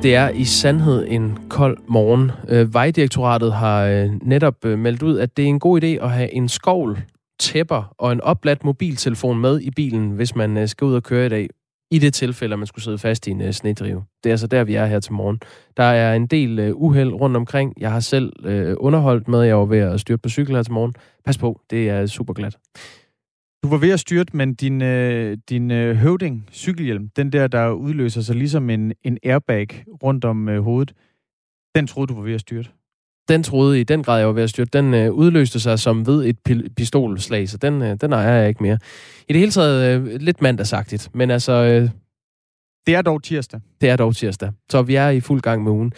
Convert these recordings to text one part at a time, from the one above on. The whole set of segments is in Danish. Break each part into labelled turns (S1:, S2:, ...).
S1: Det er i sandhed en kold morgen. Vejdirektoratet har netop meldt ud, at det er en god idé at have en skovl, tæpper og en opladt mobiltelefon med i bilen, hvis man skal ud og køre i dag. I det tilfælde, at man skulle sidde fast i en snedrive. Det er altså der, vi er her til morgen. Der er en del uheld rundt omkring. Jeg har selv underholdt med, at jeg var ved at styrte på cykel her til morgen. Pas på, det er super glat.
S2: Du var ved at styrte, men din høvding, cykelhjelm, den der udløser sig ligesom en airbag rundt om hovedet, den troede du var ved at styrte?
S1: Den troede i den grad, jeg var ved at styrte. Den udløste sig som ved et pistolslag, så den ejer jeg ikke mere. I det hele taget lidt mandagsagtigt, men altså...
S2: Det er dog tirsdag.
S1: Det er dog tirsdag, så vi er i fuld gang med ugen.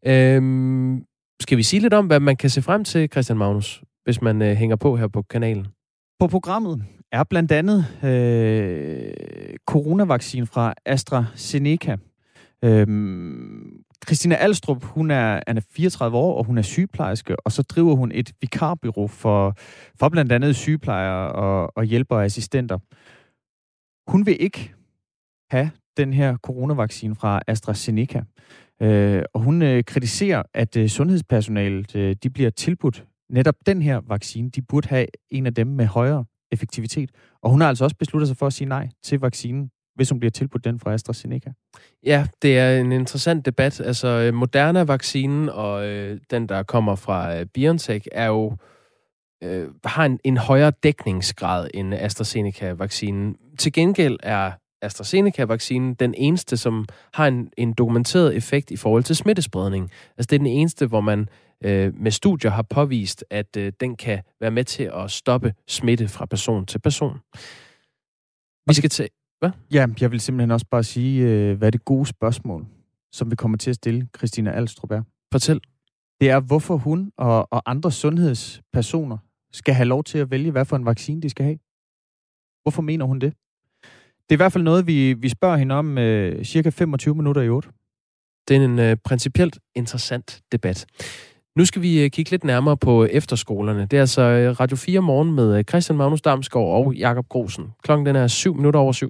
S1: Skal vi sige lidt om, hvad man kan se frem til, Christian Magnus, hvis man hænger på her på kanalen?
S2: På programmet er blandt andet coronavaccine fra AstraZeneca. Christina Alstrup, hun er 34 år, og hun er sygeplejerske, og så driver hun et vikarbureau for blandt andet sygeplejersker og hjælpere og assistenter. Hun vil ikke have den her coronavaccine fra AstraZeneca, og hun kritiserer, at sundhedspersonalet de bliver tilbudt netop den her vaccine. De burde have en af dem med højere effektivitet, og hun har altså også besluttet sig for at sige nej til vaccinen, hvis hun bliver tilbudt den fra AstraZeneca.
S1: Ja, det er en interessant debat. Altså, Moderna-vaccinen og den, der kommer fra BioNTech, er jo har en højere dækningsgrad end AstraZeneca-vaccinen. Til gengæld er AstraZeneca-vaccinen den eneste, som har en dokumenteret effekt i forhold til smittespredning. Altså, det er den eneste, hvor man med studier har påvist, at den kan være med til at stoppe smitte fra person til person. Vi skal til... Hvad?
S2: Ja, jeg vil simpelthen også bare sige, hvad er det gode spørgsmål, som vi kommer til at stille Christina Alstrup er.
S1: Fortæl.
S2: Det er, hvorfor hun og andre sundhedspersoner skal have lov til at vælge, hvad for en vaccine de skal have. Hvorfor mener hun det? Det er i hvert fald noget, vi spørger hende om cirka 25 minutter i 8.
S1: Det er en principielt interessant debat. Nu skal vi kigge lidt nærmere på efterskolerne. Det er altså Radio 4 morgen med Christian Magnus Damsgaard og Jakob Grosen. Klokken den er 7:07.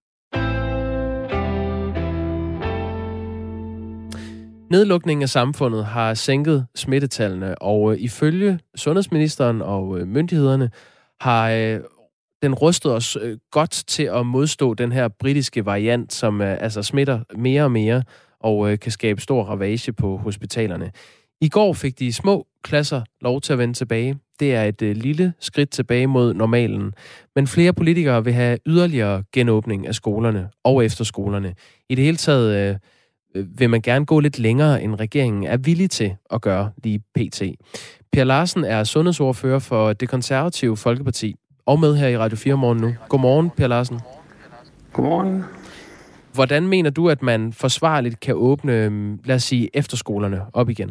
S1: Nedlukningen af samfundet har sænket smittetallene, og ifølge sundhedsministeren og myndighederne har den rustet os godt til at modstå den her britiske variant, som altså smitter mere og mere og kan skabe stor ravage på hospitalerne. I går fik de små klasser lov til at vende tilbage. Det er et lille skridt tilbage mod normalen. Men flere politikere vil have yderligere genåbning af skolerne og efterskolerne. I det hele taget vil man gerne gå lidt længere, end regeringen er villig til at gøre lige pt. Per Larsen er sundhedsordfører for Det Konservative Folkeparti og med her i Radio 4 morgen nu. Godmorgen, Per Larsen.
S3: Godmorgen.
S1: Hvordan mener du, at man forsvarligt kan åbne, lad os sige, efterskolerne op igen?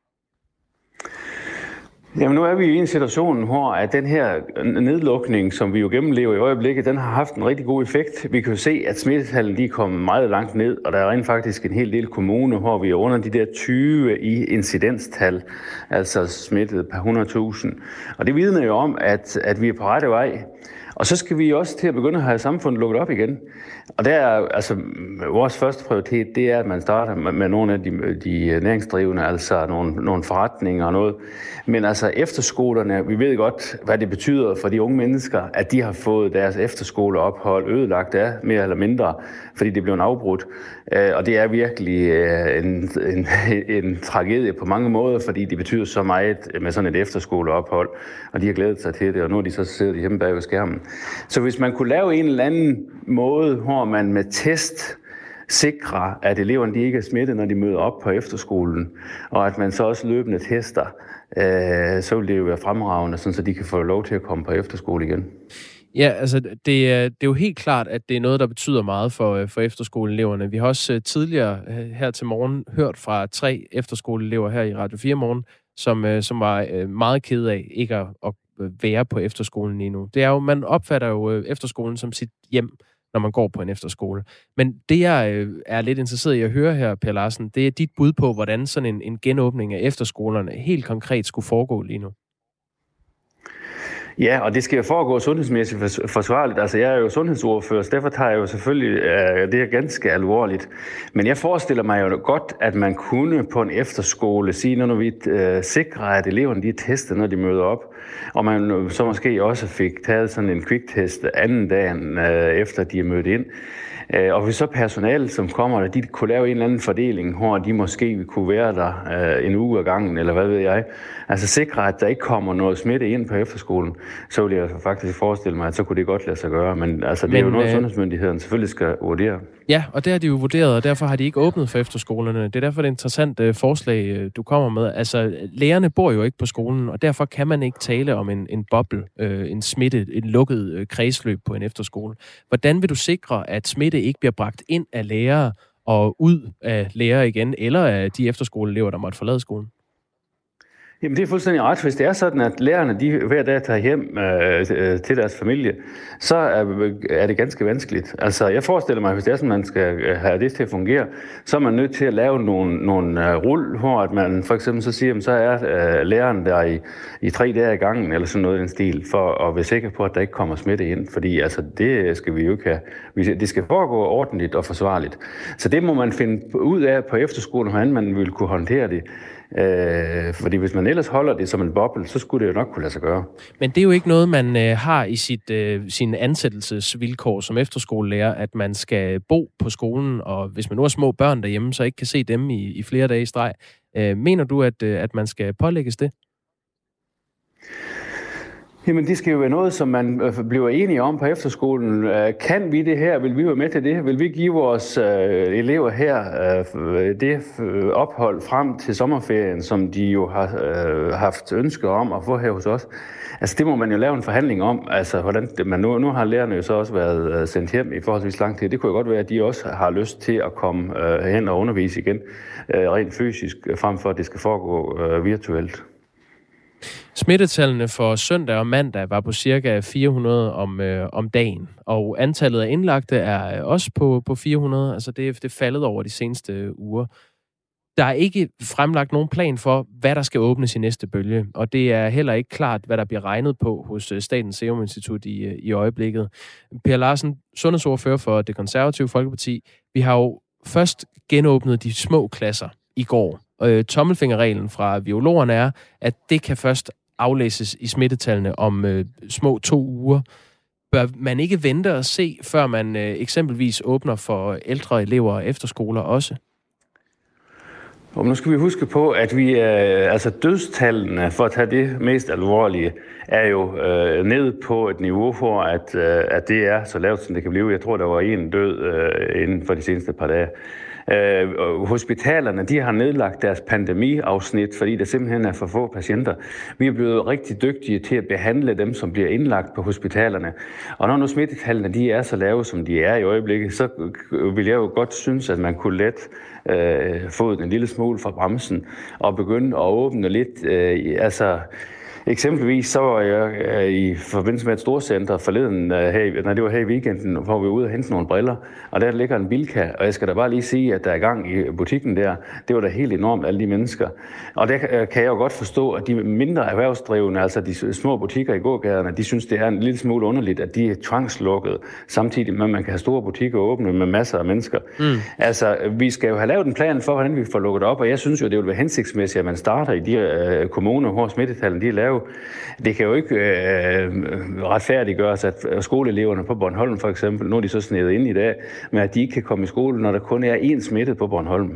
S3: Jamen nu er vi i en situation, hvor at den her nedlukning, som vi jo gennemlever i øjeblikket, den har haft en rigtig god effekt. Vi kan jo se, at smittetallene de er kommet meget langt ned, og der er rent faktisk en hel del kommuner, hvor vi er under de der 20 i incidenstal, altså smittet per 100.000. Og det vidner jo om, at vi er på rette vej. Og så skal vi også til at begynde at have samfundet lukket op igen. Og der er altså vores første prioritet, det er, at man starter med nogle af de næringsdrivende, altså nogle forretninger og noget. Men altså efterskolerne, vi ved godt, hvad det betyder for de unge mennesker, at de har fået deres efterskoleophold ødelagt af, mere eller mindre, fordi det blev afbrudt. Og det er virkelig en tragedie på mange måder, fordi det betyder så meget med sådan et efterskoleophold. Og de har glædet sig til det, og nu er de så siddet hjemme bag ved skærmen. Så hvis man kunne lave en eller anden måde, hvor man med test sikrer, at eleverne de ikke er smittet, når de møder op på efterskolen, og at man så også løbende tester, så vil det jo være fremragende, så de kan få lov til at komme på efterskole igen.
S1: Ja, altså det er jo helt klart, at det er noget, der betyder meget for efterskoleeleverne. Vi har også tidligere her til morgen hørt fra 3 efterskoleelever her i Radio 4 morgen, som var meget ked af ikke at være på efterskolen lige nu. Det er jo, man opfatter jo efterskolen som sit hjem, når man går på en efterskole. Men det, jeg er lidt interesseret i at høre her, Per Larsen, det er dit bud på, hvordan sådan en genåbning af efterskolerne helt konkret skulle foregå lige nu.
S3: Ja, og det skal jo foregå sundhedsmæssigt forsvarligt. Altså, jeg er jo sundhedsordfører, så derfor tager jeg jo selvfølgelig det er ganske alvorligt. Men jeg forestiller mig jo godt, at man kunne på en efterskole sige, når vi sikrer, at eleverne de er testet, når de møder op, og man så måske også fik taget sådan en kviktest anden dagen efter de er mødt ind. Og hvis så personalet, som kommer, de kunne lave en eller anden fordeling, hvor de måske kunne være der en uge ad gangen, eller hvad ved jeg. Altså sikre, at der ikke kommer noget smitte ind på efterskolen, så vil jeg faktisk forestille mig, at så kunne det godt lade sig gøre. Men altså, det er jo noget, sundhedsmyndigheden selvfølgelig skal vurdere.
S1: Ja, og det har de jo vurderet, og derfor har de ikke åbnet for efterskolerne. Det er derfor et interessant forslag, du kommer med. Altså, lærerne bor jo ikke på skolen, og derfor kan man ikke tale om en boble, en smitte, en lukket kredsløb på en efterskole. Hvordan vil du sikre, at smitte ikke bliver bragt ind af lærere og ud af lærere igen, eller af de efterskoleelever, der måtte forlade skolen?
S3: Jamen det er fuldstændig ret. Hvis det er sådan, at lærerne de hver dag tager hjem til deres familie, så er det ganske vanskeligt. Altså jeg forestiller mig, hvis det er sådan, man skal have det til at fungere, så er man nødt til at lave nogle rul, hvor at man for eksempel så siger, så er læreren der i 3 dage i gangen, eller sådan noget i den stil, for at være sikker på, at der ikke kommer smitte ind. Fordi altså, det skal vi jo ikke have. Det skal foregå ordentligt og forsvarligt. Så det må man finde ud af på efterskolen, hvordan man vil kunne håndtere det. Fordi hvis man ellers holder det som en boble, så skulle det jo nok kunne lade sig gøre.
S1: Men det er jo ikke noget, man har i sine ansættelsesvilkår som efterskolelærer, at man skal bo på skolen, og hvis man nu har små børn derhjemme, så ikke kan se dem i flere dage i streg. Mener du, at man skal pålægges det?
S3: Jamen, det skal jo være noget, som man bliver enige om på efterskolen. Kan vi det her? Vil vi være med til det? Vil vi give vores elever her det ophold frem til sommerferien, som de jo har haft ønske om at få her hos os? Altså, det må man jo lave en forhandling om. Altså, hvordan man nu har lærerne jo så også været sendt hjem i forholdsvis lang tid. Det kunne jo godt være, at de også har lyst til at komme hen og undervise igen rent fysisk, frem for at det skal foregå virtuelt.
S1: Smittetallene for søndag og mandag var på cirka 400 om dagen, og antallet af indlagte er også på 400, altså det er faldet over de seneste uger. Der er ikke fremlagt nogen plan for, hvad der skal åbnes i næste bølge, og det er heller ikke klart, hvad der bliver regnet på hos Statens Serum Institut i øjeblikket. Per Larsen, sundhedsordfører for Det Konservative Folkeparti, vi har jo først genåbnet de små klasser i går. Tommelfingerreglen fra virologerne er, at det kan først aflæses i smittetallene om små 2 uger. Bør man ikke vente og se, før man eksempelvis åbner for ældre elever og efterskoler også?
S3: Og nu skal vi huske på, at vi altså dødstallene, for at tage det mest alvorlige, er jo ned på et niveau, hvor at det er så lavt, som det kan blive. Jeg tror, der var 1 død inden for de seneste par dage. Hospitalerne, de har nedlagt deres pandemiafsnit, fordi der simpelthen er for få patienter. Vi er blevet rigtig dygtige til at behandle dem, som bliver indlagt på hospitalerne. Og når nu smittetallene de er så lave, som de er i øjeblikket, så vil jeg jo godt synes, at man kunne let få en lille smule fra bremsen og begynde at åbne lidt. Eksempelvis så var jeg i forbindelse med et storcenter forleden, det var her i weekenden, hvor vi var ude og hente nogle briller, og der ligger en Bilka, og jeg skal da bare lige sige, at der er gang i butikken der. Det var da helt enormt, alle de mennesker. Og der kan jeg jo godt forstå, at de mindre erhvervsdrivende, altså de små butikker i gågaderne, de synes, det er en lille smule underligt, at de er tvangslukket, samtidig med, at man kan have store butikker åbne med masser af mennesker. Altså, vi skal jo have lavet en plan for, hvordan vi får lukket op, og jeg synes jo, det vil være hensigtsmæssigt, at man starter i de kommuner, hvor smittetallene de er lave. Det kan jo ikke retfærdiggøres, at skoleeleverne på Bornholm for eksempel, nu er de så snedet ind i dag, men at de ikke kan komme i skole, når der kun er 1 smittet på Bornholm.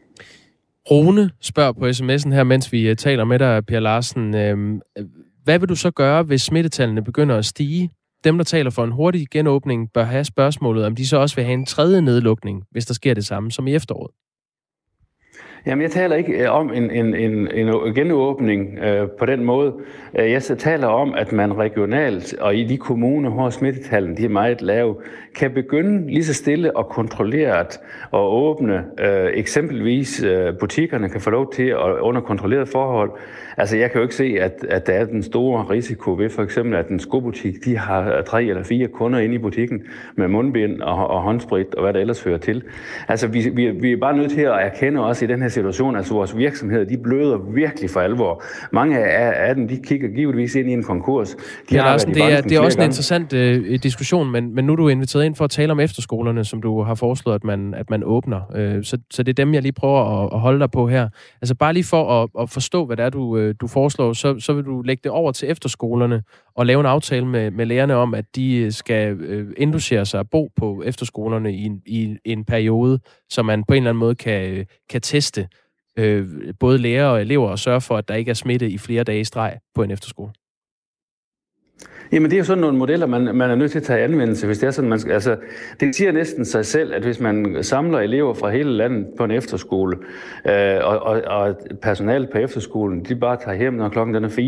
S1: Rune spørger på sms'en her, mens vi taler med dig, Per Larsen. Hvad vil du så gøre, hvis smittetallene begynder at stige? Dem, der taler for en hurtig genåbning, bør have spørgsmålet, om de så også vil have en 3. nedlukning, hvis der sker det samme som i efteråret.
S3: Jamen, jeg taler ikke om en genåbning på den måde. Jeg taler om, at man regionalt og i de kommuner, hvor smittetallene de er meget lave, kan begynde lige så stille og kontrolleret at åbne. Eksempelvis butikkerne kan få lov til at under kontrolleret forhold. Altså, jeg kan jo ikke se, at der er den store risiko ved for eksempel, at en skobutik, de har 3 eller 4 kunder inde i butikken med mundbind og håndsprit og hvad der ellers hører til. Altså, vi er bare nødt til at erkende også i den her situation. Altså vores virksomheder, de bløder virkelig for alvor. Mange af dem, de kigger givetvis ind i en konkurs.
S1: Det er også en interessant diskussion, men nu er du inviteret ind for at tale om efterskolerne, som du har foreslået, at man åbner. Så det er dem, jeg lige prøver at holde dig på her. Altså bare lige for at forstå, hvad det er, du foreslår, så vil du lægge det over til efterskolerne og lave en aftale med lærerne om, at de skal indlogere sig og bo på efterskolerne i en periode, så man på en eller anden måde kan teste både lærere og elever og sørge for, at der ikke er smitte i flere dage i streg på en efterskole.
S3: Jamen, det er jo sådan nogle modeller, man er nødt til at tage anvendelse, hvis det er sådan, det siger næsten sig selv, at hvis man samler elever fra hele landet på en efterskole, og personalet på efterskolen, de bare tager hjem, når klokken er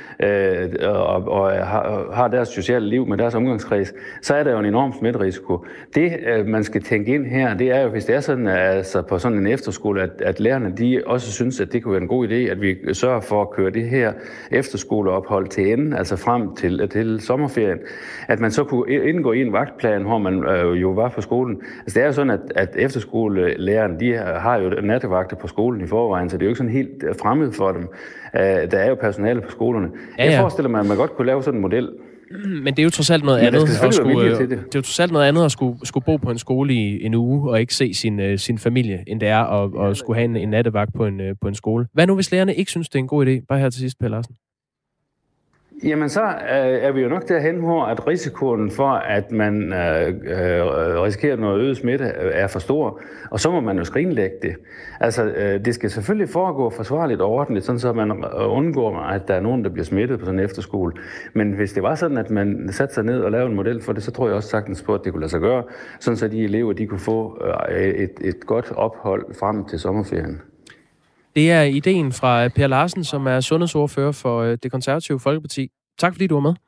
S3: 4, og har deres sociale liv med deres omgangskreds, så er der jo en enorm smitterisiko. Det, man skal tænke ind her, det er jo, hvis det er sådan, altså på sådan en efterskole, at lærerne, de også synes, at det kunne være en god idé, at vi sørger for at køre det her efterskoleophold til ende, altså frem til sommerferien, at man så kunne indgå i en vagtplan, hvor man jo var på skolen. Altså det er jo sådan, at efterskolelærerne, de har jo nattevagter på skolen i forvejen, så det er jo ikke sådan helt fremmed for dem. Der er jo personale på skolerne. Ja. Jeg forestiller mig, at man godt kunne lave sådan en model.
S1: Men det er jo trods alt noget andet. Det er jo trods alt noget andet at skulle bo på en skole i en uge og ikke se sin familie, end det er at skulle have en nattevagt på en skole. Hvad nu, hvis lærerne ikke synes, det er en god idé? Bare her til sidst, Per Larsen.
S3: Jamen så er vi jo nok derhen, hvor at risikoen for, at man risikerer noget øget smitte, er for stor, og så må man jo skrinlægge det. Altså, det skal selvfølgelig foregå forsvarligt og ordentligt, sådan så man undgår, at der er nogen, der bliver smittet på sådan en efterskole. Men hvis det var sådan, at man satte sig ned og lavede en model for det, så tror jeg også sagtens på, at det kunne lade sig gøre, sådan så de elever, de kunne få et godt ophold frem til sommerferien.
S1: Det er ideen fra Per Larsen, som er sundhedsordfører for Det Konservative Folkeparti. Tak fordi du var med.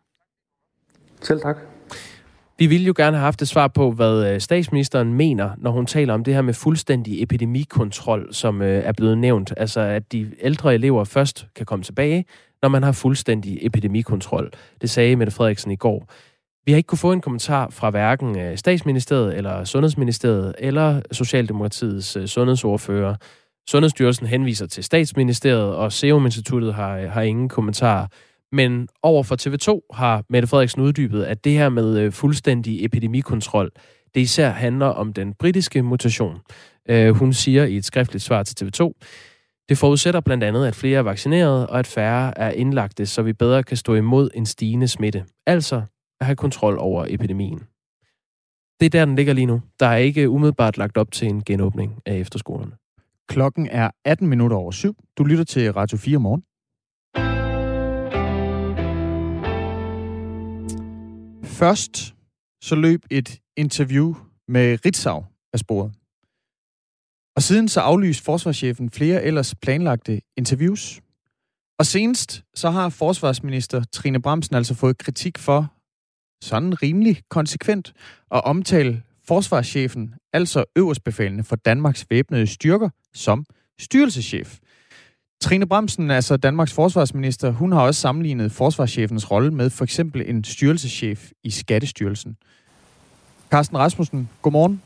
S3: Selv tak.
S1: Vi ville jo gerne have haft et svar på, hvad statsministeren mener, når hun taler om det her med fuldstændig epidemikontrol, som er blevet nævnt. Altså, at de ældre elever først kan komme tilbage, når man har fuldstændig epidemikontrol. Det sagde Mette Frederiksen i går. Vi har ikke kunne få en kommentar fra hverken Statsministeriet eller Sundhedsministeriet eller Socialdemokratiets sundhedsordfører. Sundhedsstyrelsen henviser til Statsministeriet, og Serum Instituttet har ingen kommentar. Men over for TV2 har Mette Frederiksen uddybet, at det her med fuldstændig epidemikontrol, det især handler om den britiske mutation. Hun siger i et skriftligt svar til TV2, det forudsætter blandt andet, at flere er vaccineret, og at færre er indlagte, så vi bedre kan stå imod en stigende smitte. Altså at have kontrol over epidemien. Det er der, den ligger lige nu. Der er ikke umiddelbart lagt op til en genåbning af efterskolerne.
S2: Klokken er 7:18. Du lytter til Radio 4 morgen. Først så løb et interview med Ritzau af sporet. Og siden så aflyste forsvarschefen flere ellers planlagte interviews. Og senest så har forsvarsminister Trine Bramsen altså fået kritik for sådan rimelig konsekvent at omtale forsvarschefen, altså øverstbefalende for Danmarks væbnede styrker, som styrelseschef. Trine Bramsen, altså Danmarks forsvarsminister, hun har også sammenlignet forsvarschefens rolle med for eksempel en styrelseschef i Skattestyrelsen. Carsten Rasmussen, godmorgen.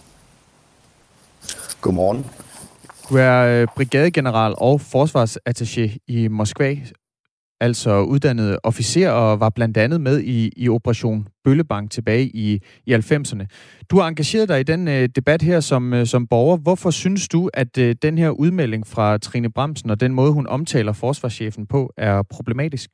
S4: Godmorgen.
S2: Du er brigadegeneral og forsvarsattaché i Moskva, altså uddannet officer og var blandt andet med i Operation Bøllebank tilbage i 90'erne. Du har engageret dig i den debat her som borger. Hvorfor synes du, at den her udmelding fra Trine Bramsen og den måde, hun omtaler forsvarschefen på, er problematisk?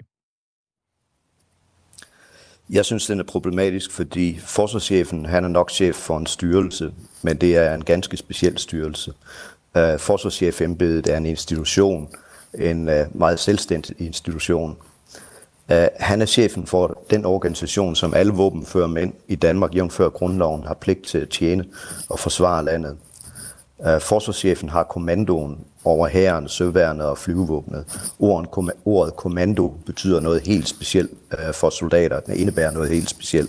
S4: Jeg synes, den er problematisk, fordi forsvarschefen, han er nok chef for en styrelse, men det er en ganske speciel styrelse. Forsvarschefembedet er en institution, en meget selvstændig institution. Han er chefen for den organisation, som alle våbenførere mænd i Danmark, jævnfør grundloven, har pligt til at tjene og forsvare landet. Forsvarschefen har kommandoen over hæren, søværnet og flyvevåbnet. Ordet kommando betyder noget helt specielt for soldater. Den indebærer noget helt specielt.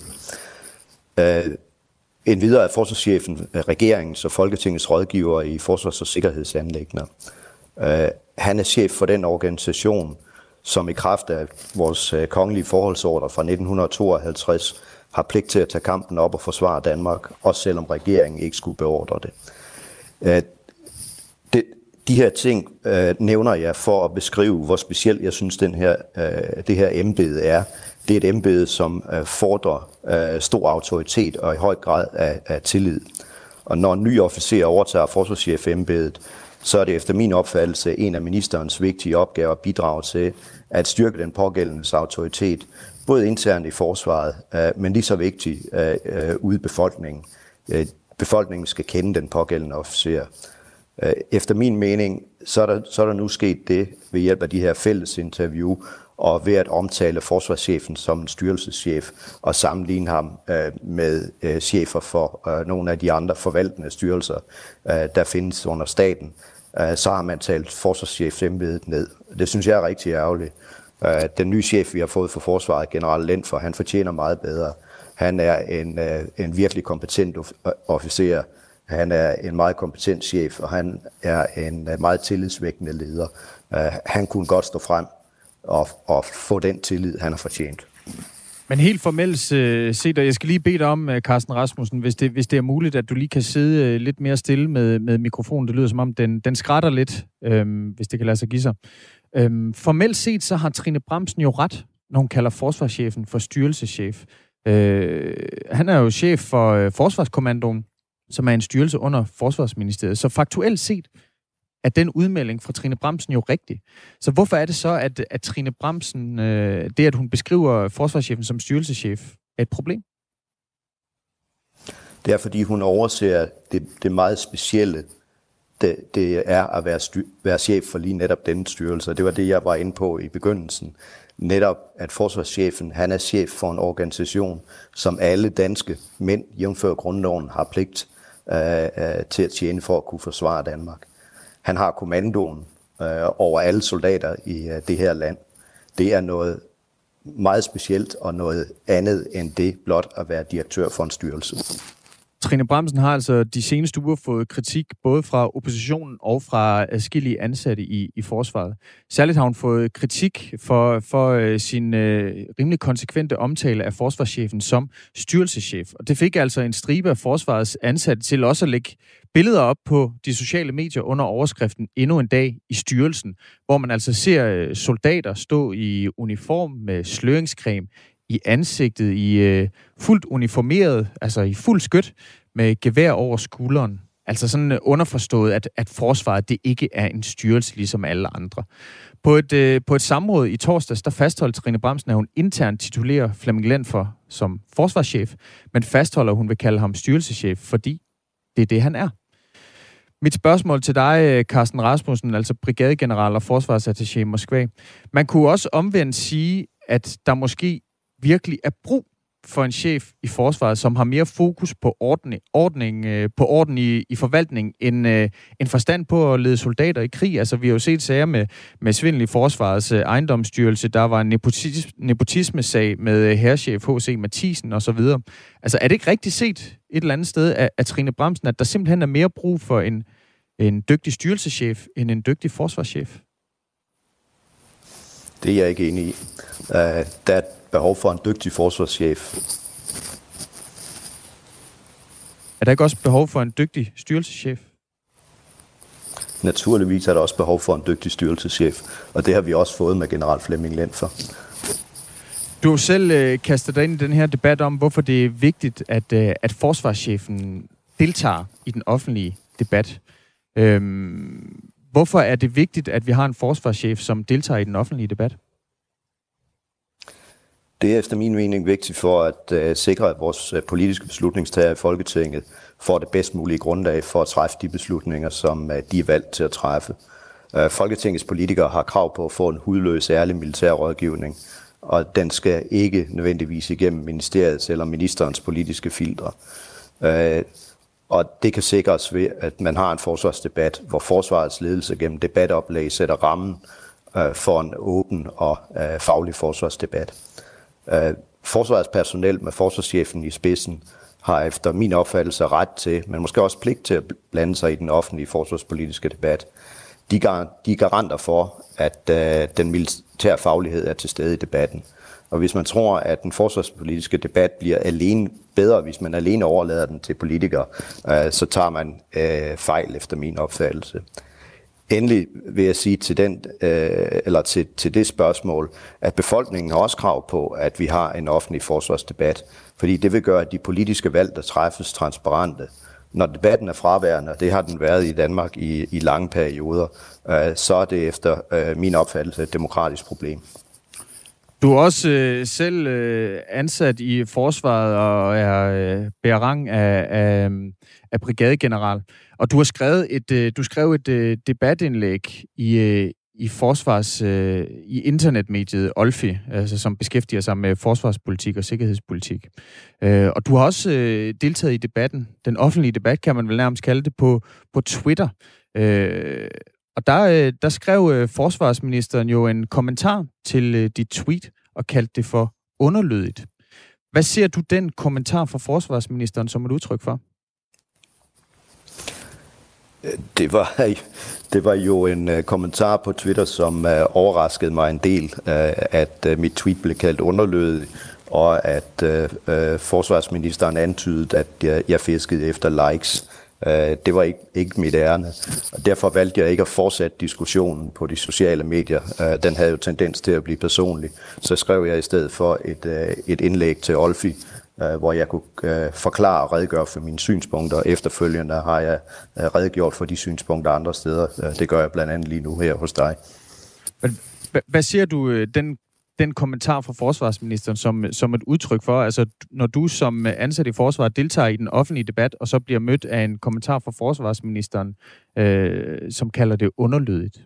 S4: Endvidere er forsvarschefen regeringens og Folketingets rådgiver i forsvars- og sikkerhedsanliggender. Han er chef for den organisation, som i kraft af vores kongelige forholdsordre fra 1952 har pligt til at tage kampen op og forsvare Danmark, også selvom regeringen ikke skulle beordre det. De her ting nævner jeg for at beskrive, hvor specielt jeg synes, det her embede er. Det er et embede, som fordrer stor autoritet og i høj grad af tillid. Og når en ny officer overtager forsvarschef-embedet, så er det efter min opfattelse en af ministerens vigtige opgaver at bidrage til at styrke den pågældendes autoritet, både internt i forsvaret, men lige så vigtigt ude i befolkningen. Befolkningen skal kende den pågældende officer. Efter min mening, så er der nu sket det ved hjælp af de her fælles interview, og ved at omtale forsvarschefen som en styrelseschef og sammenligne ham med chefer for nogle af de andre forvaltende styrelser, der findes under staten, så har man talt forsvarschefembedet ned. Det synes jeg er rigtig ærgerligt. Den nye chef, vi har fået for forsvaret, general Lentfer, han fortjener meget bedre. Han er en virkelig kompetent officer. Han er en meget kompetent chef, og han er en meget tillidsvækkende leder. Han kunne godt stå frem og få den tillid, han har fortjent.
S2: Men helt formelt set, og jeg skal lige bede dig om, Carsten Rasmussen, hvis det er muligt, at du lige kan sidde lidt mere stille med mikrofonen. Det lyder som om, den skrætter lidt, hvis det kan lade sig give sig. Formelt set, så har Trine Bramsen jo ret, når hun kalder forsvarschefen for styrelseschef. Han er jo chef for Forsvarskommandoen, som er en styrelse under Forsvarsministeriet. Så faktuelt set er den udmelding fra Trine Bramsen jo rigtig. Så hvorfor er det så, at Trine Bramsen, det at hun beskriver forsvarschefen som styrelseschef, er et problem?
S4: Det er, fordi hun overser det meget specielle, det er at være chef for lige netop denne styrelse. Det var det, jeg var inde på i begyndelsen. Netop, at forsvarschefen, han er chef for en organisation, som alle danske mænd, jævnfør grundloven, har pligt til at tjene for at kunne forsvare Danmark. Han har kommandoen over alle soldater i det her land. Det er noget meget specielt og noget andet end det blot at være direktør for en styrelse.
S2: Trine Bramsen har altså de seneste uger fået kritik både fra oppositionen og fra adskillige ansatte i forsvaret. Særligt har hun fået kritik for sin rimelig konsekvente omtale af forsvarschefen som styrelseschef. Og det fik altså en stribe af forsvarets ansatte til også at lægge billeder op på de sociale medier under overskriften Endnu en dag i styrelsen, hvor man altså ser soldater stå i uniform med sløringscreme i ansigtet, i fuldt uniformeret, altså i fuld skyt, med gevær over skulderen. Altså sådan underforstået, at forsvaret det ikke er en styrelse ligesom alle andre. På et samråd i torsdags, der fastholdt Trine Bramsen, at hun internt titulerer Flemming Lentfer som forsvarschef, men fastholder, at hun vil kalde ham styrelseschef, fordi det er det, han er. Mit spørgsmål til dig, Carsten Rasmussen, altså brigadegeneral og forsvarsattaché i Moskva. Man kunne også omvendt sige, at der måske virkelig er brug for en chef i forsvaret, som har mere fokus på orden i forvaltning, end forstand på at lede soldater i krig. Altså, vi har jo set sager med svindel i forsvarets ejendomsstyrelse. Der var en nepotisme-sag med hærchef H.C. Mathisen osv. Altså, er det ikke rigtigt set et eller andet sted af Trine Bramsen, at der simpelthen er mere brug for en dygtig styrelseschef, end en dygtig forsvarschef?
S4: Det er jeg ikke enig i. Der er behov for en dygtig forsvarschef.
S2: Er der ikke også behov for en dygtig styrelseschef?
S4: Naturligvis er der også behov for en dygtig styrelseschef, og det har vi også fået med general Flemming Lentfer.
S2: Du har selv kastet dig ind i den her debat om, hvorfor det er vigtigt, at forsvarschefen deltager i den offentlige debat. Hvorfor er det vigtigt, at vi har en forsvarschef, som deltager i den offentlige debat?
S4: Det er efter min mening vigtigt for at sikre, at vores politiske beslutningstagere i Folketinget får det bedst mulige grundlag for at træffe de beslutninger, som de er valgt til at træffe. Folketingets politikere har krav på at få en hudløs, ærlig militær rådgivning, og den skal ikke nødvendigvis igennem ministeriets eller ministerens politiske filtre. Og det kan sikres ved, at man har en forsvarsdebat, hvor forsvarets ledelse gennem debatoplæg sætter rammen for en åben og faglig forsvarsdebat. Forsvarets personel med forsvarschefen i spidsen har efter min opfattelse ret til, men måske også pligt til at blande sig i den offentlige forsvarspolitiske debat. De er garanter for, at den militære faglighed er til stede i debatten. Og hvis man tror, at den forsvarspolitiske debat bliver alene bedre, hvis man alene overlader den til politikere, så tager man fejl efter min opfattelse. Endelig vil jeg sige til til det spørgsmål, at befolkningen har også krav på, at vi har en offentlig forsvarsdebat, fordi det vil gøre, at de politiske valg, der træffes, transparente. Når debatten er fraværende, og det har den været i Danmark i lange perioder, så er det efter min opfattelse et demokratisk problem.
S2: Du er også selv ansat i forsvaret og er bærer rang af brigadegeneral. Og du har skrevet et debatindlæg i forsvars i internetmediet Olfi, altså som beskæftiger sig med forsvarspolitik og sikkerhedspolitik. Og du har også deltaget i debatten, den offentlige debat, kan man vel nærmest kalde det, på Twitter. Og der skrev forsvarsministeren jo en kommentar til dit tweet og kaldte det for underlødigt. Hvad ser du den kommentar fra forsvarsministeren som et udtryk for?
S4: Det var jo en kommentar på Twitter, som overraskede mig en del, at mit tweet blev kaldt underlødigt, og at forsvarsministeren antydede, at jeg fiskede efter likes. Det var ikke mit ærne, og derfor valgte jeg ikke at fortsætte diskussionen på de sociale medier. Den havde jo tendens til at blive personlig. Så skrev jeg i stedet for et indlæg til Olfi, hvor jeg kunne forklare og redegøre for mine synspunkter. Efterfølgende har jeg redegjort for de synspunkter andre steder. Det gør jeg blandt andet lige nu her hos dig.
S2: Hvad siger du den kommentar fra forsvarsministeren som et udtryk for? Altså, når du som ansat i forsvaret deltager i den offentlige debat, og så bliver mødt af en kommentar fra forsvarsministeren, som kalder det underlødigt?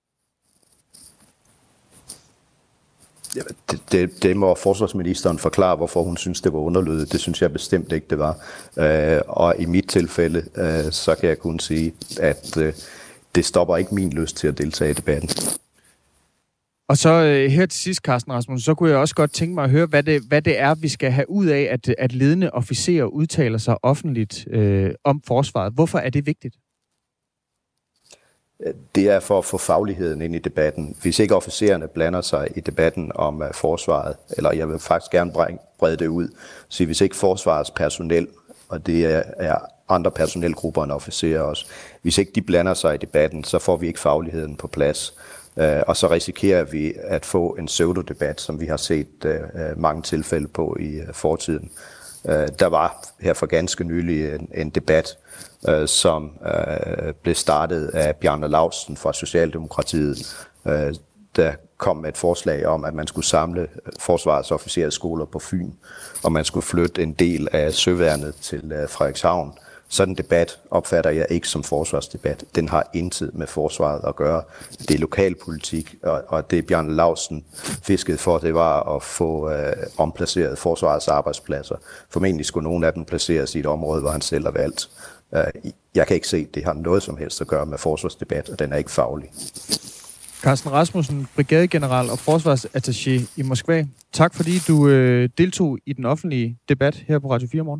S4: Det må forsvarsministeren forklare, hvorfor hun synes, det var underlødigt. Det synes jeg bestemt ikke, det var. Og i mit tilfælde, så kan jeg kun sige, at det stopper ikke min lyst til at deltage i debatten.
S2: Og så her til sidst, Carsten Rasmussen, så kunne jeg også godt tænke mig at høre, hvad det er, vi skal have ud af, at ledende officerer udtaler sig offentligt om forsvaret. Hvorfor er det vigtigt?
S4: Det er for at få fagligheden ind i debatten. Hvis ikke officererne blander sig i debatten om forsvaret, eller jeg vil faktisk gerne brede det ud, så hvis ikke forsvarets personel, og det er andre personelgrupper end officerer også, hvis ikke de blander sig i debatten, så får vi ikke fagligheden på plads. Og så risikerer vi at få en pseudodebat, som vi har set mange tilfælde på i fortiden. Der var her for ganske nylig en debat, som blev startet af Bjarne Laustsen fra Socialdemokratiet, der kom med et forslag om, at man skulle samle forsvarets officersskoler på Fyn, og man skulle flytte en del af søværnet til Frederikshavn. Sådan en debat opfatter jeg ikke som forsvarsdebat. Den har intet med forsvaret at gøre. Det er lokalpolitik, og det Bjarne Laustsen fiskede for, det var at få omplaceret forsvarets arbejdspladser. Formentlig skulle nogle af dem placeres i et område, hvor han selv har valgt. Jeg kan ikke se, at det har noget som helst at gøre med forsvarsdebat, og den er ikke faglig.
S2: Carsten Rasmussen, brigadegeneral og forsvarsattaché i Moskva. Tak fordi du deltog i den offentlige debat her på Radio 4 morgen.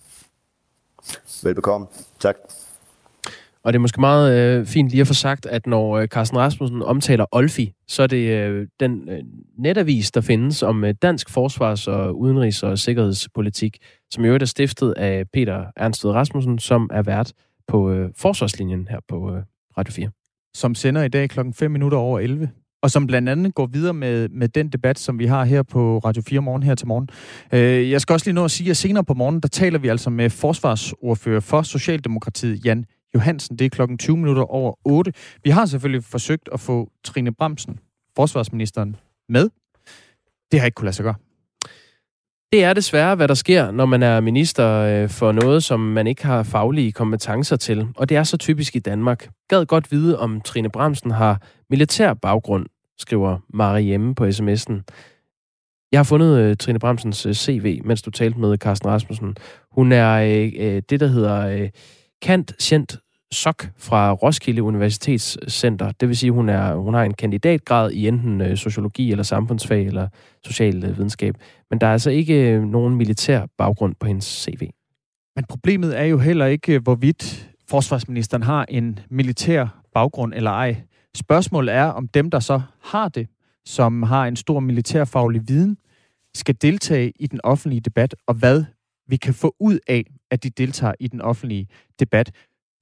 S4: Velbekomme. Tak.
S1: Og det er måske meget fint lige at få sagt, at når Carsten Rasmussen omtaler Olfi, så er det den netavis, der findes om dansk forsvars- og udenrigs- og sikkerhedspolitik, som i øvrigt er stiftet af Peter Ernstved Rasmussen, som er vært på Forsvarslinjen her på Radio 4.
S2: Som sender i dag 11:05, og som blandt andet går videre med den debat, som vi har her på Radio 4 morgen her til morgen. Jeg skal også lige nå at sige, at senere på morgen, der taler vi altså med forsvarsordfører for Socialdemokratiet, Jan Johansen. Det er 7:20. Vi har selvfølgelig forsøgt at få Trine Bramsen, forsvarsministeren, med. Det har ikke kunnet lade sig gøre.
S1: Det er desværre, hvad der sker, når man er minister for noget, som man ikke har faglige kompetencer til. Og det er så typisk i Danmark. Gad godt vide, om Trine Bramsen har militær baggrund, skriver Mariemme på sms'en. Jeg har fundet Trine Bramsens CV, mens du talte med Carsten Rasmussen. Hun er det, der hedder Cand.Scient. SOC fra Roskilde Universitetscenter. Det vil sige, hun har en kandidatgrad i enten sociologi eller samfundsfag eller social videnskab. Men der er altså ikke nogen militær baggrund på hendes CV.
S2: Men problemet er jo heller ikke, hvorvidt forsvarsministeren har en militær baggrund eller ej. Spørgsmålet er, om dem, der så har det, som har en stor militærfaglig viden, skal deltage i den offentlige debat, og hvad vi kan få ud af, at de deltager i den offentlige debat.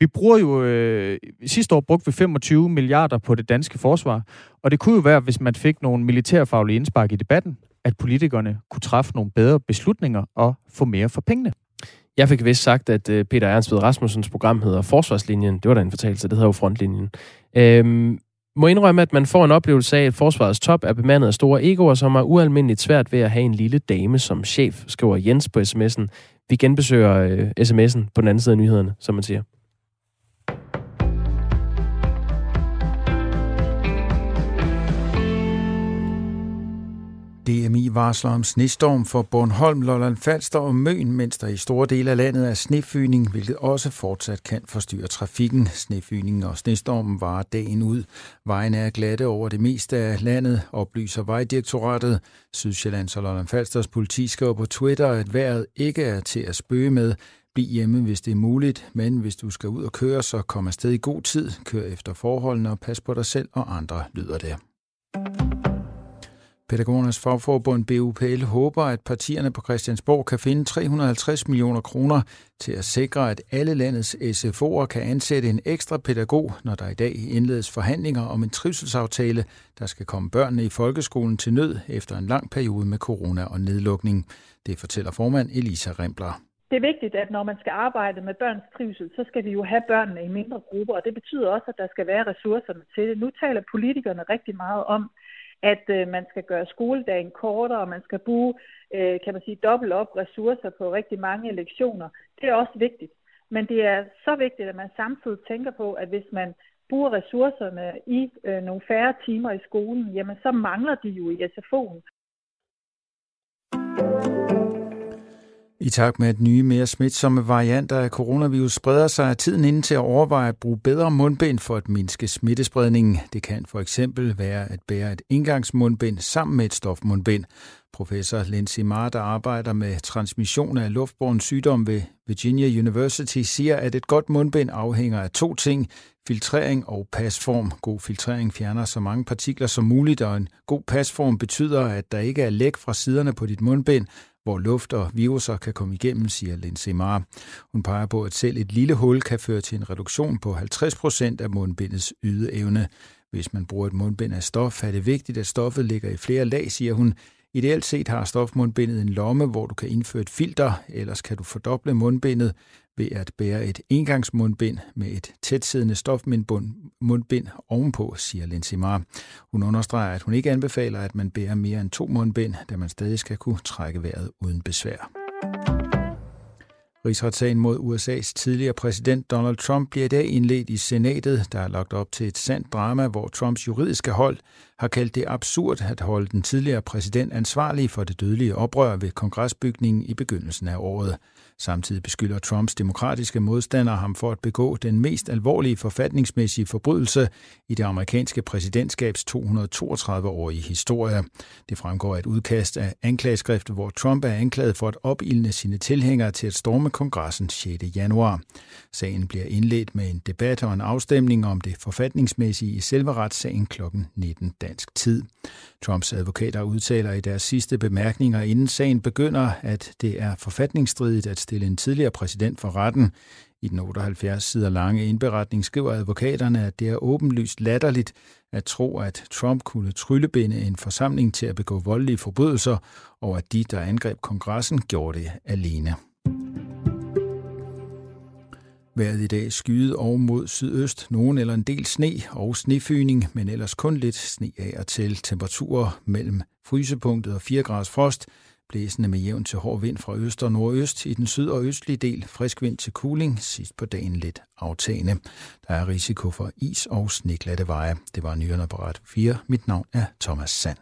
S2: Vi bruger jo... sidste år brugte vi 25 milliarder på det danske forsvar, og det kunne jo være, hvis man fik nogle militærfaglige indspark i debatten, at politikerne kunne træffe nogle bedre beslutninger og få mere for pengene.
S1: Jeg fik vist sagt, at Peter Ernst Ved Rasmussens program hedder Forsvarslinjen. Det var da en fortalelse, det hedder jo Frontlinjen. Må indrømme, at man får en oplevelse af, at forsvarets top er bemandet af store egoer, som er ualmindeligt svært ved at have en lille dame som chef, skriver Jens på sms'en. Vi genbesøger sms'en på den anden side af nyhederne, som man siger.
S5: DMI varsler om snestorm for Bornholm, Lolland Falster og Møn, mens der i store dele af landet er snefyning, hvilket også fortsat kan forstyrre trafikken. Snefyningen og snestormen varer dagen ud. Vejene er glatte over det meste af landet, oplyser Vejdirektoratet. Sydsjællands og Lolland Falsters politi skriver på Twitter, at vejret ikke er til at spøge med. Bliv hjemme, hvis det er muligt, men hvis du skal ud og køre, så kom afsted i god tid. Kør efter forholdene og pas på dig selv og andre, lyder det. Pædagogernes fagforbund BUPL håber, at partierne på Christiansborg kan finde 350 millioner kroner til at sikre, at alle landets SFO'er kan ansætte en ekstra pædagog, når der i dag indledes forhandlinger om en trivselsaftale, der skal komme børnene i folkeskolen til nød efter en lang periode med corona og nedlukning. Det fortæller formand Elisa Rembler.
S6: Det er vigtigt, at når man skal arbejde med børns trivsel, så skal vi jo have børnene i mindre grupper, og det betyder også, at der skal være ressourcerne til det. Nu taler politikerne rigtig meget om, at man skal gøre skoledagen kortere, og man skal bruge, kan man sige, dobbelt op ressourcer på rigtig mange lektioner. Det er også vigtigt. Men det er så vigtigt, at man samtidig tænker på, at hvis man bruger ressourcerne i nogle færre timer i skolen, jamen så mangler de jo i SFO'en.
S5: I takt med, at nye, mere smitsomme varianter af coronavirus spreder sig, er tiden inde til at overveje at bruge bedre mundbind for at mindske smittespredningen. Det kan for eksempel være at bære et engangsmundbind sammen med et stofmundbind. Professor Lindsay Marr, der arbejder med transmission af luftbåren sygdom ved Virginia University, siger, at et godt mundbind afhænger af to ting: filtrering og pasform. God filtrering fjerner så mange partikler som muligt, og en god pasform betyder, at der ikke er læk fra siderne på dit mundbind, hvor luft og viruser kan komme igennem, siger Lindsay Marr. Hun peger på, at selv et lille hul kan føre til en reduktion på 50% af mundbindets ydeevne. Hvis man bruger et mundbind af stof, er det vigtigt, at stoffet ligger i flere lag, siger hun. Ideelt set har stofmundbindet en lomme, hvor du kan indføre et filter, ellers kan du fordoble mundbindet ved at bære et engangsmundbind med et tætsiddende stofmundbind ovenpå, siger Lindsay Marr. Hun understreger, at hun ikke anbefaler, at man bærer mere end 2 mundbind, da man stadig skal kunne trække vejret uden besvær. Rigsretssagen mod USA's tidligere præsident Donald Trump bliver i dag indledt i senatet, der er lagt op til et sandt drama, hvor Trumps juridiske hold har kaldt det absurd at holde den tidligere præsident ansvarlig for det dødelige oprør ved kongresbygningen i begyndelsen af året. Samtidig beskylder Trumps demokratiske modstandere ham for at begå den mest alvorlige forfatningsmæssige forbrydelse i det amerikanske præsidentskabs 232-årige historie. Det fremgår af et udkast af anklageskriftet, hvor Trump er anklaget for at opildne sine tilhængere til at storme kongressen 6. januar. Sagen bliver indledt med en debat og en afstemning om det forfatningsmæssige i selve retssagen kl. 19 dansk tid. Trumps advokater udtaler i deres sidste bemærkninger, inden sagen begynder, at det er forfatningsstridigt at stille en tidligere præsident for retten. I den 78 sider lange indberetning skriver advokaterne, at det er åbenlyst latterligt at tro, at Trump kunne tryllebinde en forsamling til at begå voldelige forbrydelser, og at de, der angreb kongressen, gjorde det alene. Vejret i dag skyet og mod sydøst, nogen eller en del sne og snefyning, men ellers kun lidt sne af og til. Temperaturer mellem frysepunktet og 4 graders frost, blæsende med jævn til hård vind fra øst og nordøst. I den syd- og østlige del frisk vind til kuling, sidst på dagen lidt aftagende. Der er risiko for is og sneglatte veje. Det var nyhederne på Radio 4. Mit navn er Thomas Sand.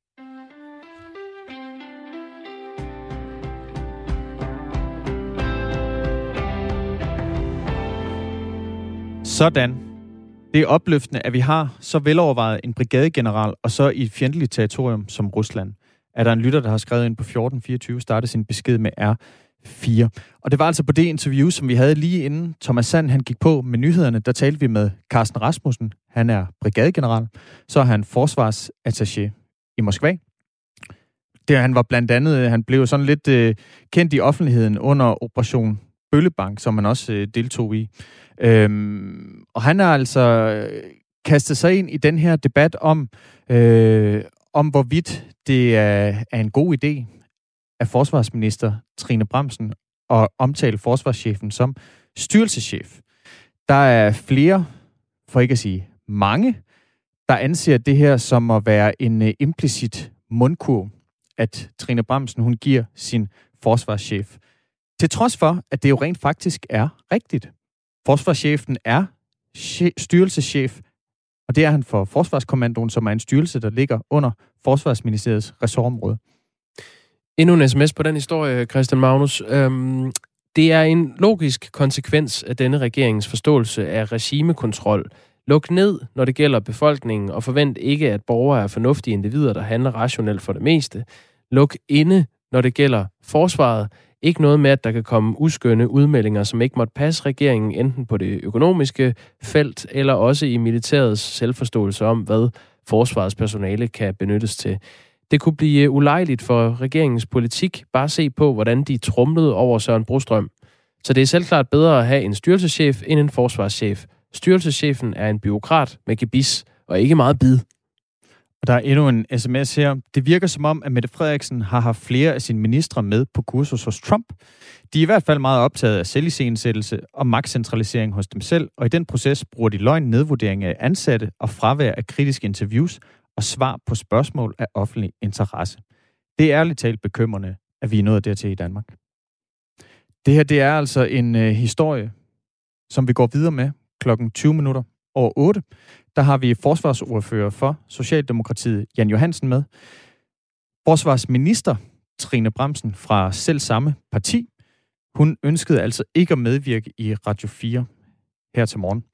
S2: Sådan. Det er opløftende, at vi har så velovervejet en brigadegeneral, og så i et fjendtligt territorium som Rusland. Er der en lytter, der har skrevet ind på 1424, startede sin besked med R4. Og det var altså på det interview, som vi havde lige inden Thomas Sand han gik på med nyhederne. Der talte vi med Carsten Rasmussen. Han er brigadegeneral. Så er han forsvarsattaché i Moskva. Han var blandt andet, han blev sådan lidt kendt i offentligheden under Operation bøllebank, som han også deltog i. Og han har altså kastet sig ind i den her debat om hvorvidt det er en god idé af forsvarsminister Trine Bramsen at omtale forsvarschefen som styrelseschef. Der er flere, for ikke at sige mange, der anser det her som at være en implicit mundkurv, at Trine Bramsen hun giver sin forsvarschef. Til trods for, at det jo rent faktisk er rigtigt. Forsvarschefen er styrelseschef, og det er han for Forsvarskommandoen, som er en styrelse, der ligger under Forsvarsministeriets ressortområde.
S1: Endnu en sms på den historie, Christian Magnus. Det er en logisk konsekvens af denne regeringens forståelse af regimekontrol. Luk ned, når det gælder befolkningen, og forvent ikke, at borgere er fornuftige individer, der handler rationelt for det meste. Luk inde, når det gælder forsvaret. Ikke noget med, at der kan komme uskønne udmeldinger, som ikke måtte passe regeringen, enten på det økonomiske felt, eller også i militærets selvforståelse om, hvad forsvarets personale kan benyttes til. Det kunne blive ulejligt for regeringens politik bare at se på, hvordan de tromlede over Søren Brostrøm. Så det er selvklart bedre at have en styrelseschef end en forsvarschef. Styrelseschefen er en bureaukrat med gebis og ikke meget bid.
S2: Og der er endnu en sms her. Det virker som om, at Mette Frederiksen har haft flere af sine ministre med på kursus hos Trump. De er i hvert fald meget optaget af selviscenesættelse og magtcentralisering hos dem selv, og i den proces bruger de løgn, nedvurdering af ansatte og fravær af kritiske interviews og svar på spørgsmål af offentlig interesse. Det er ærligt talt bekymrende, at vi er nået dertil i Danmark. Det her, det er altså en historie, som vi går videre med klokken 8:20. Der har vi forsvarsordfører for Socialdemokratiet, Jan Johansen, med. Forsvarsminister Trine Bramsen fra selv samme parti. Hun ønskede altså ikke at medvirke i Radio 4 her til morgen.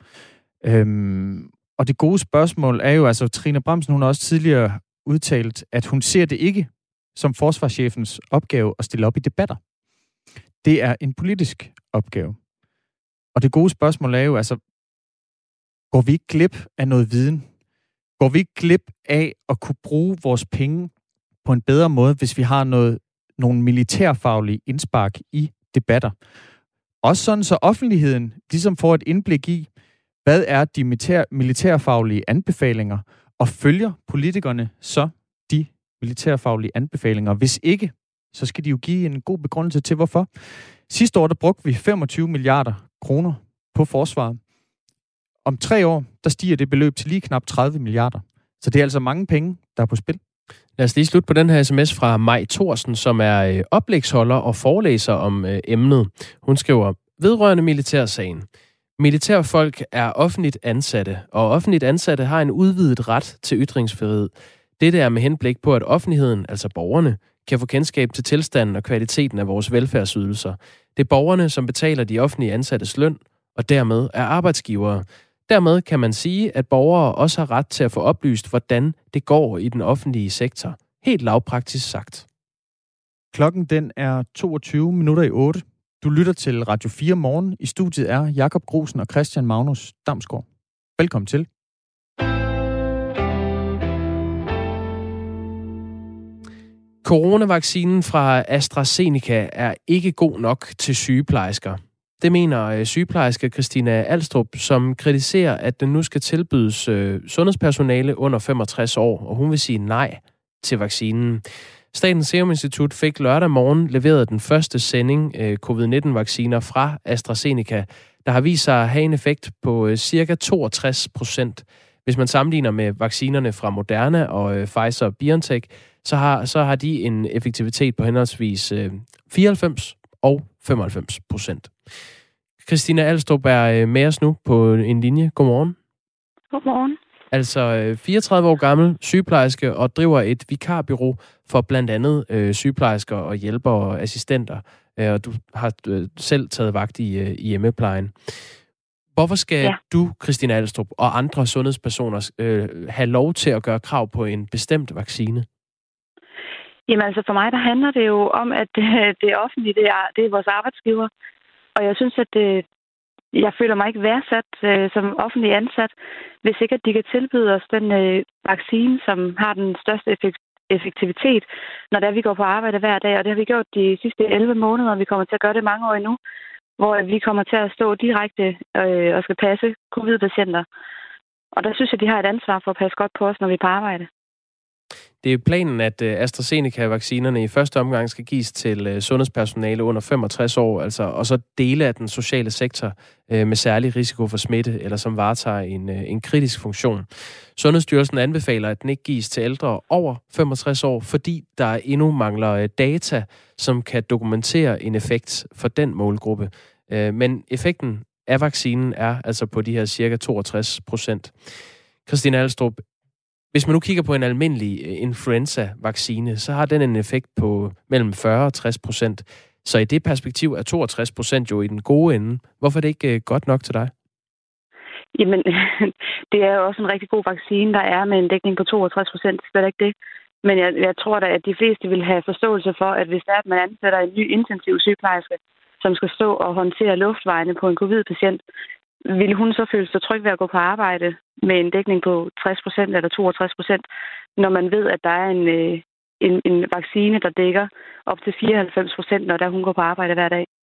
S2: Og det gode spørgsmål er jo, altså Trine Bramsen, hun har også tidligere udtalt, at hun ser det ikke som forsvarschefens opgave at stille op i debatter. Det er en politisk opgave. Og det gode spørgsmål er jo, altså, går vi ikke glip af noget viden? Går vi ikke glip af at kunne bruge vores penge på en bedre måde, hvis vi har nogle militærfaglige indspark i debatter? Også sådan, så offentligheden ligesom får et indblik i, hvad er de militærfaglige anbefalinger, og følger politikerne så de militærfaglige anbefalinger? Hvis ikke, så skal de jo give en god begrundelse til, hvorfor. Sidste år, der brugte vi 25 milliarder kroner på forsvaret. Om 3 år, der stiger det beløb til lige knap 30 milliarder. Så det er altså mange penge, der er på spil.
S1: Lad os lige slutte på den her sms fra Maj Thorsen, som er oplægsholder og forelæser om emnet. Hun skriver, vedrørende militærsagen. Militærfolk er offentligt ansatte, og offentligt ansatte har en udvidet ret til ytringsfrihed. Dette er med henblik på, at offentligheden, altså borgerne, kan få kendskab til tilstanden og kvaliteten af vores velfærdsydelser. Det er borgerne, som betaler de offentlige ansattes løn, og dermed er arbejdsgivere. Dermed kan man sige, at borgere også har ret til at få oplyst, hvordan det går i den offentlige sektor. Helt lavpraktisk sagt.
S2: Klokken den er 8:22. Du lytter til Radio 4 morgen. I studiet er Jakob Grosen og Christian Magnus Damsgaard. Velkommen til.
S1: Coronavaccinen fra AstraZeneca er ikke god nok til sygeplejersker. Det mener sygeplejerske Christina Alstrup, som kritiserer, at den nu skal tilbydes sundhedspersonale under 65 år, og hun vil sige nej til vaccinen. Statens Serum Institut fik lørdag morgen leveret den første sending covid-19-vacciner fra AstraZeneca, der har vist sig at have en effekt på ca. 62%. Hvis man sammenligner med vaccinerne fra Moderna og Pfizer-BioNTech, så har de en effektivitet på henholdsvis 94 og 95%. Christina Alstrup er med os nu på en linje. Godmorgen.
S7: Godmorgen.
S1: Altså 34 år gammel, sygeplejerske og driver et vikarbureau for blandt andet sygeplejersker og hjælpere og assistenter. Og du har selv taget vagt i hjemmeplejen. Hvorfor skal du, Christina Alstrup, og andre sundhedspersoner have lov til at gøre krav på en bestemt vaccine?
S7: Jamen altså for mig, der handler det jo om, at det offentlige, det er vores arbejdsgiver. Og jeg synes, at jeg føler mig ikke værdsat som offentlig ansat, hvis ikke at de kan tilbyde os den vaccine, som har den største effektivitet, når det er, vi går på arbejde hver dag. Og det har vi gjort de sidste 11 måneder, og vi kommer til at gøre det mange år endnu, hvor vi kommer til at stå direkte og skal passe covid-patienter. Og der synes jeg, de har et ansvar for at passe godt på os, når vi er på arbejde.
S1: Det er planen, at AstraZeneca-vaccinerne i første omgang skal gives til sundhedspersonale under 65 år, altså, og så dele af den sociale sektor med særlig risiko for smitte, eller som varetager en kritisk funktion. Sundhedsstyrelsen anbefaler, at den ikke gives til ældre over 65 år, fordi der endnu mangler data, som kan dokumentere en effekt for den målgruppe. Men effekten af vaccinen er altså på de her cirka 62%. Christine Alstrup, hvis man nu kigger på en almindelig influenza-vaccine, så har den en effekt på mellem 40 og 60%. Så i det perspektiv er 62% jo i den gode ende. Hvorfor er det ikke godt nok til dig?
S7: Jamen, det er jo også en rigtig god vaccine, der er med en dækning på 62%. Slet ikke det. Men jeg tror da, at de fleste vil have forståelse for, at hvis der er, at man ansætter en ny intensiv sygeplejerske, som skal stå og håndtere luftvejene på en covid-patient, vil hun så føle sig tryg ved at gå på arbejde med en dækning på 60% eller 62%, når man ved, at der er en vaccine, der dækker op til 94%, når hun går på arbejde hver dag?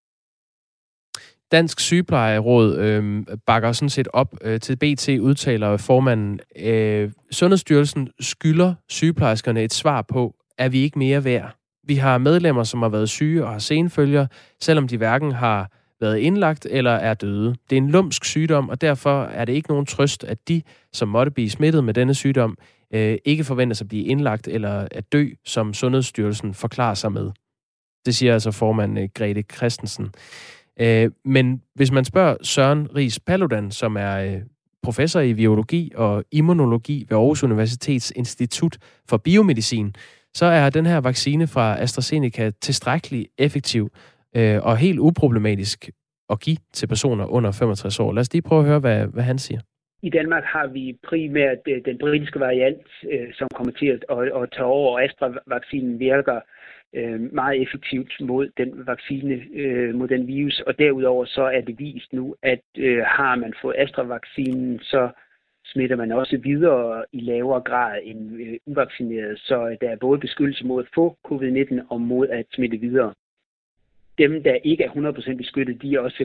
S1: Dansk Sygeplejeråd bakker sådan set op til BT, udtaler formanden. Sundhedsstyrelsen skylder sygeplejerskerne et svar på, er vi ikke mere værd? Vi har medlemmer, som har været syge og har senfølger, selvom de hverken har været indlagt eller er døde. Det er en lumsk sygdom, og derfor er det ikke nogen trøst, at de, som måtte blive smittet med denne sygdom, ikke forventes at blive indlagt eller at dø, som Sundhedsstyrelsen forklarer sig med. Det siger altså formand Grete Christensen. Men hvis man spørger Søren Riis Paludan, som er professor i virologi og immunologi ved Aarhus Universitets Institut for Biomedicin, så er den her vaccine fra AstraZeneca tilstrækkeligt effektiv og helt uproblematisk at give til personer under 65 år. Lad os lige prøve at høre, hvad han siger.
S8: I Danmark har vi primært den britiske variant, som kommer til at tage over, og Astra-vaccinen virker meget effektivt mod den vaccine, mod den virus. Og derudover så er det vist nu, at har man fået Astra-vaccinen, så smitter man også videre i lavere grad end uvaccineret. Så der er både beskyttelse mod at få covid-19 og mod at smitte videre. Dem, der ikke er 100% beskyttet, de er også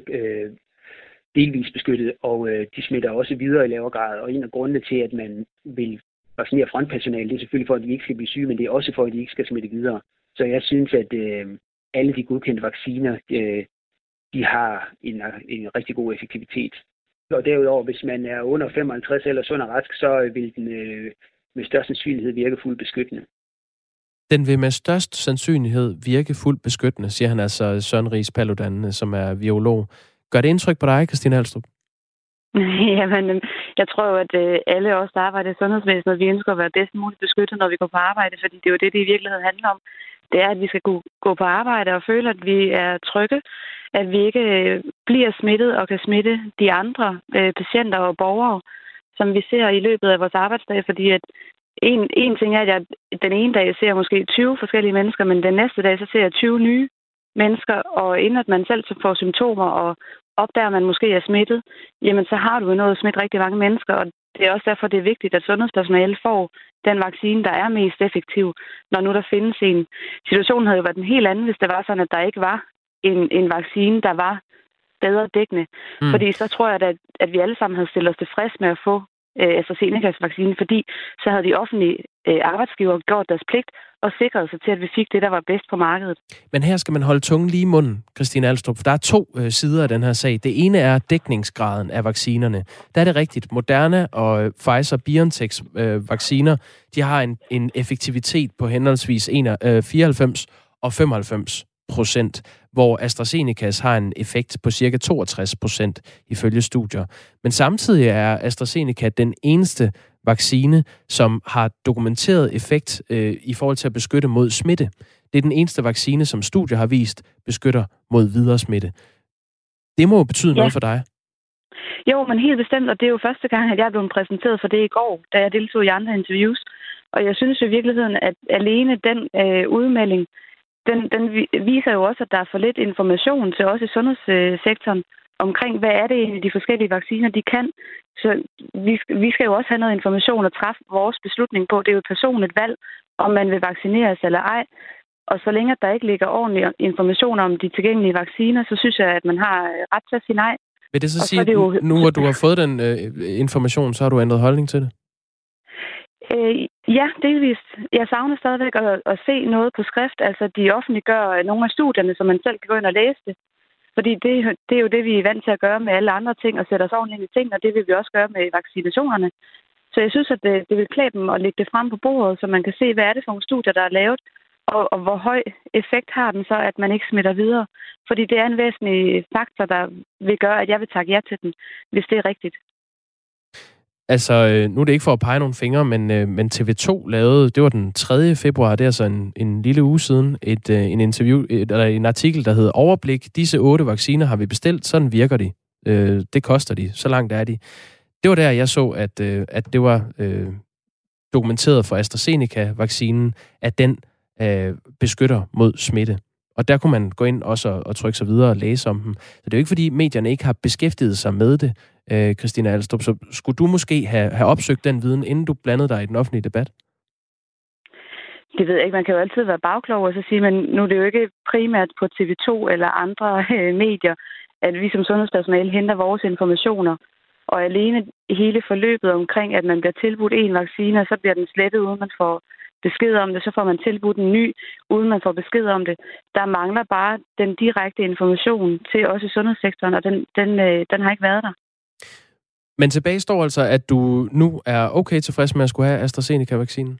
S8: delvis beskyttet, og de smitter også videre i lavere grad. Og en af grundene til, at man vil vaccinere frontpersonale, det er selvfølgelig for, at de ikke skal blive syge, men det er også for, at de ikke skal smitte videre. Så jeg synes, at alle de godkendte vacciner, de har en rigtig god effektivitet. Og derudover, hvis man er under 55 eller sund og rask, så vil den med størst sandsynlighed virke fuldt beskyttende.
S1: Den vil med størst sandsynlighed virke fuldt beskyttende, siger han altså Søren Riis Paludan, som er virolog. Gør det indtryk på dig, Christine Alstrup?
S7: Jamen, jeg tror jo, at alle os, der arbejder i sundhedsvæsenet, vi ønsker at være bedst muligt beskyttet, når vi går på arbejde, fordi det er jo det i virkeligheden handler om. Det er, at vi skal gå på arbejde og føle, at vi er trygge, at vi ikke bliver smittet og kan smitte de andre patienter og borgere, som vi ser i løbet af vores arbejdsdag, fordi at en ting er, at jeg den ene dag ser måske 20 forskellige mennesker, men den næste dag så ser jeg 20 nye mennesker, og inden at man selv får symptomer og opdager, at man måske er smittet, jamen så har du jo nået at smitte rigtig mange mennesker, og det er også derfor, det er vigtigt, at sundhedspersonale får den vaccine, der er mest effektiv, når nu der findes en. Situationen havde jo været en helt anden, hvis det var sådan, at der ikke var en vaccine, der var bedre dækkende. Fordi så tror jeg, at vi alle sammen havde stillet os tilfreds med at få AstraZenecas vaccine, fordi så havde de offentlige arbejdsgivere gjort deres pligt og sikret sig til, at vi fik det, der var bedst på markedet. Men
S1: her skal man holde tungen lige i munden, Christine Alstrup, for der er to sider af den her sag. Det ene er dækningsgraden af vaccinerne. Der er det rigtigt. Moderna og Pfizer-BioNTechs vacciner, de har en effektivitet på henholdsvis 94 og 95%, hvor AstraZenecas har en effekt på ca. 62% ifølge studier. Men samtidig er AstraZeneca den eneste vaccine, som har dokumenteret effekt i forhold til at beskytte mod smitte. Det er den eneste vaccine, som studier har vist beskytter mod videre smitte. Det må jo betyde noget for dig.
S7: Jo, men helt bestemt, og det er jo første gang, at jeg er blevet præsenteret for det i går, da jeg deltog i andre interviews. Og jeg synes i virkeligheden, at alene den udmelding, den viser jo også, at der er for lidt information til os i sundhedssektoren omkring, hvad er det egentlig, de forskellige vacciner, de kan. Så vi skal jo også have noget information og træffe vores beslutning på. Det er jo et personligt valg, om man vil vaccineres eller ej. Og så længe der ikke ligger ordentlig information om de tilgængelige vacciner, så synes jeg, at man har ret til at sige nej.
S1: Vil det så sige, at nu hvor du har fået den information, så har du ændret holdning til det?
S7: Ja, delvist. Jeg savner stadigvæk at se noget på skrift. Altså, de offentliggør nogle af studierne, så man selv kan gå ind og læse det. Fordi det er jo det, vi er vant til at gøre med alle andre ting, og sætte os ordentligt ind i ting, og det vil vi også gøre med vaccinationerne. Så jeg synes, at det vil klæde dem at lægge det frem på bordet, så man kan se, hvad er det for nogle studier, der er lavet, og hvor høj effekt har den så, at man ikke smitter videre. Fordi det er en væsentlig faktor, der vil gøre, at jeg vil takke ja til den, hvis det er rigtigt.
S1: Altså, nu er det ikke for at pege nogle fingre, men TV2 lavede, det var den 3. februar, det er altså en lille uge siden, en artikel, der hedder Overblik. Disse 8 vacciner har vi bestilt, sådan virker de. Det koster de, så langt er de. Det var der, jeg så, at det var dokumenteret for AstraZeneca-vaccinen, at den beskytter mod smitte. Og der kunne man gå ind også og trykke sig videre og læse om dem. Så det er jo ikke, fordi medierne ikke har beskæftiget sig med det, Christina Alstrup. Så skulle du måske have opsøgt den viden, inden du blandede dig i den offentlige debat?
S7: Det ved jeg ikke. Man kan jo altid være bagklog og så sige, men nu er det jo ikke primært på TV2 eller andre medier, at vi som sundhedspersonale henter vores informationer. Og alene hele forløbet omkring, at man bliver tilbudt en vaccine, og så bliver den slettet, uden man får besked om det, så får man tilbudt en ny, uden man får besked om det. Der mangler bare den direkte information til os i sundhedssektoren, og den har ikke været der.
S1: Men tilbage står altså, at du nu er okay tilfreds med at skulle have AstraZeneca-vaccinen?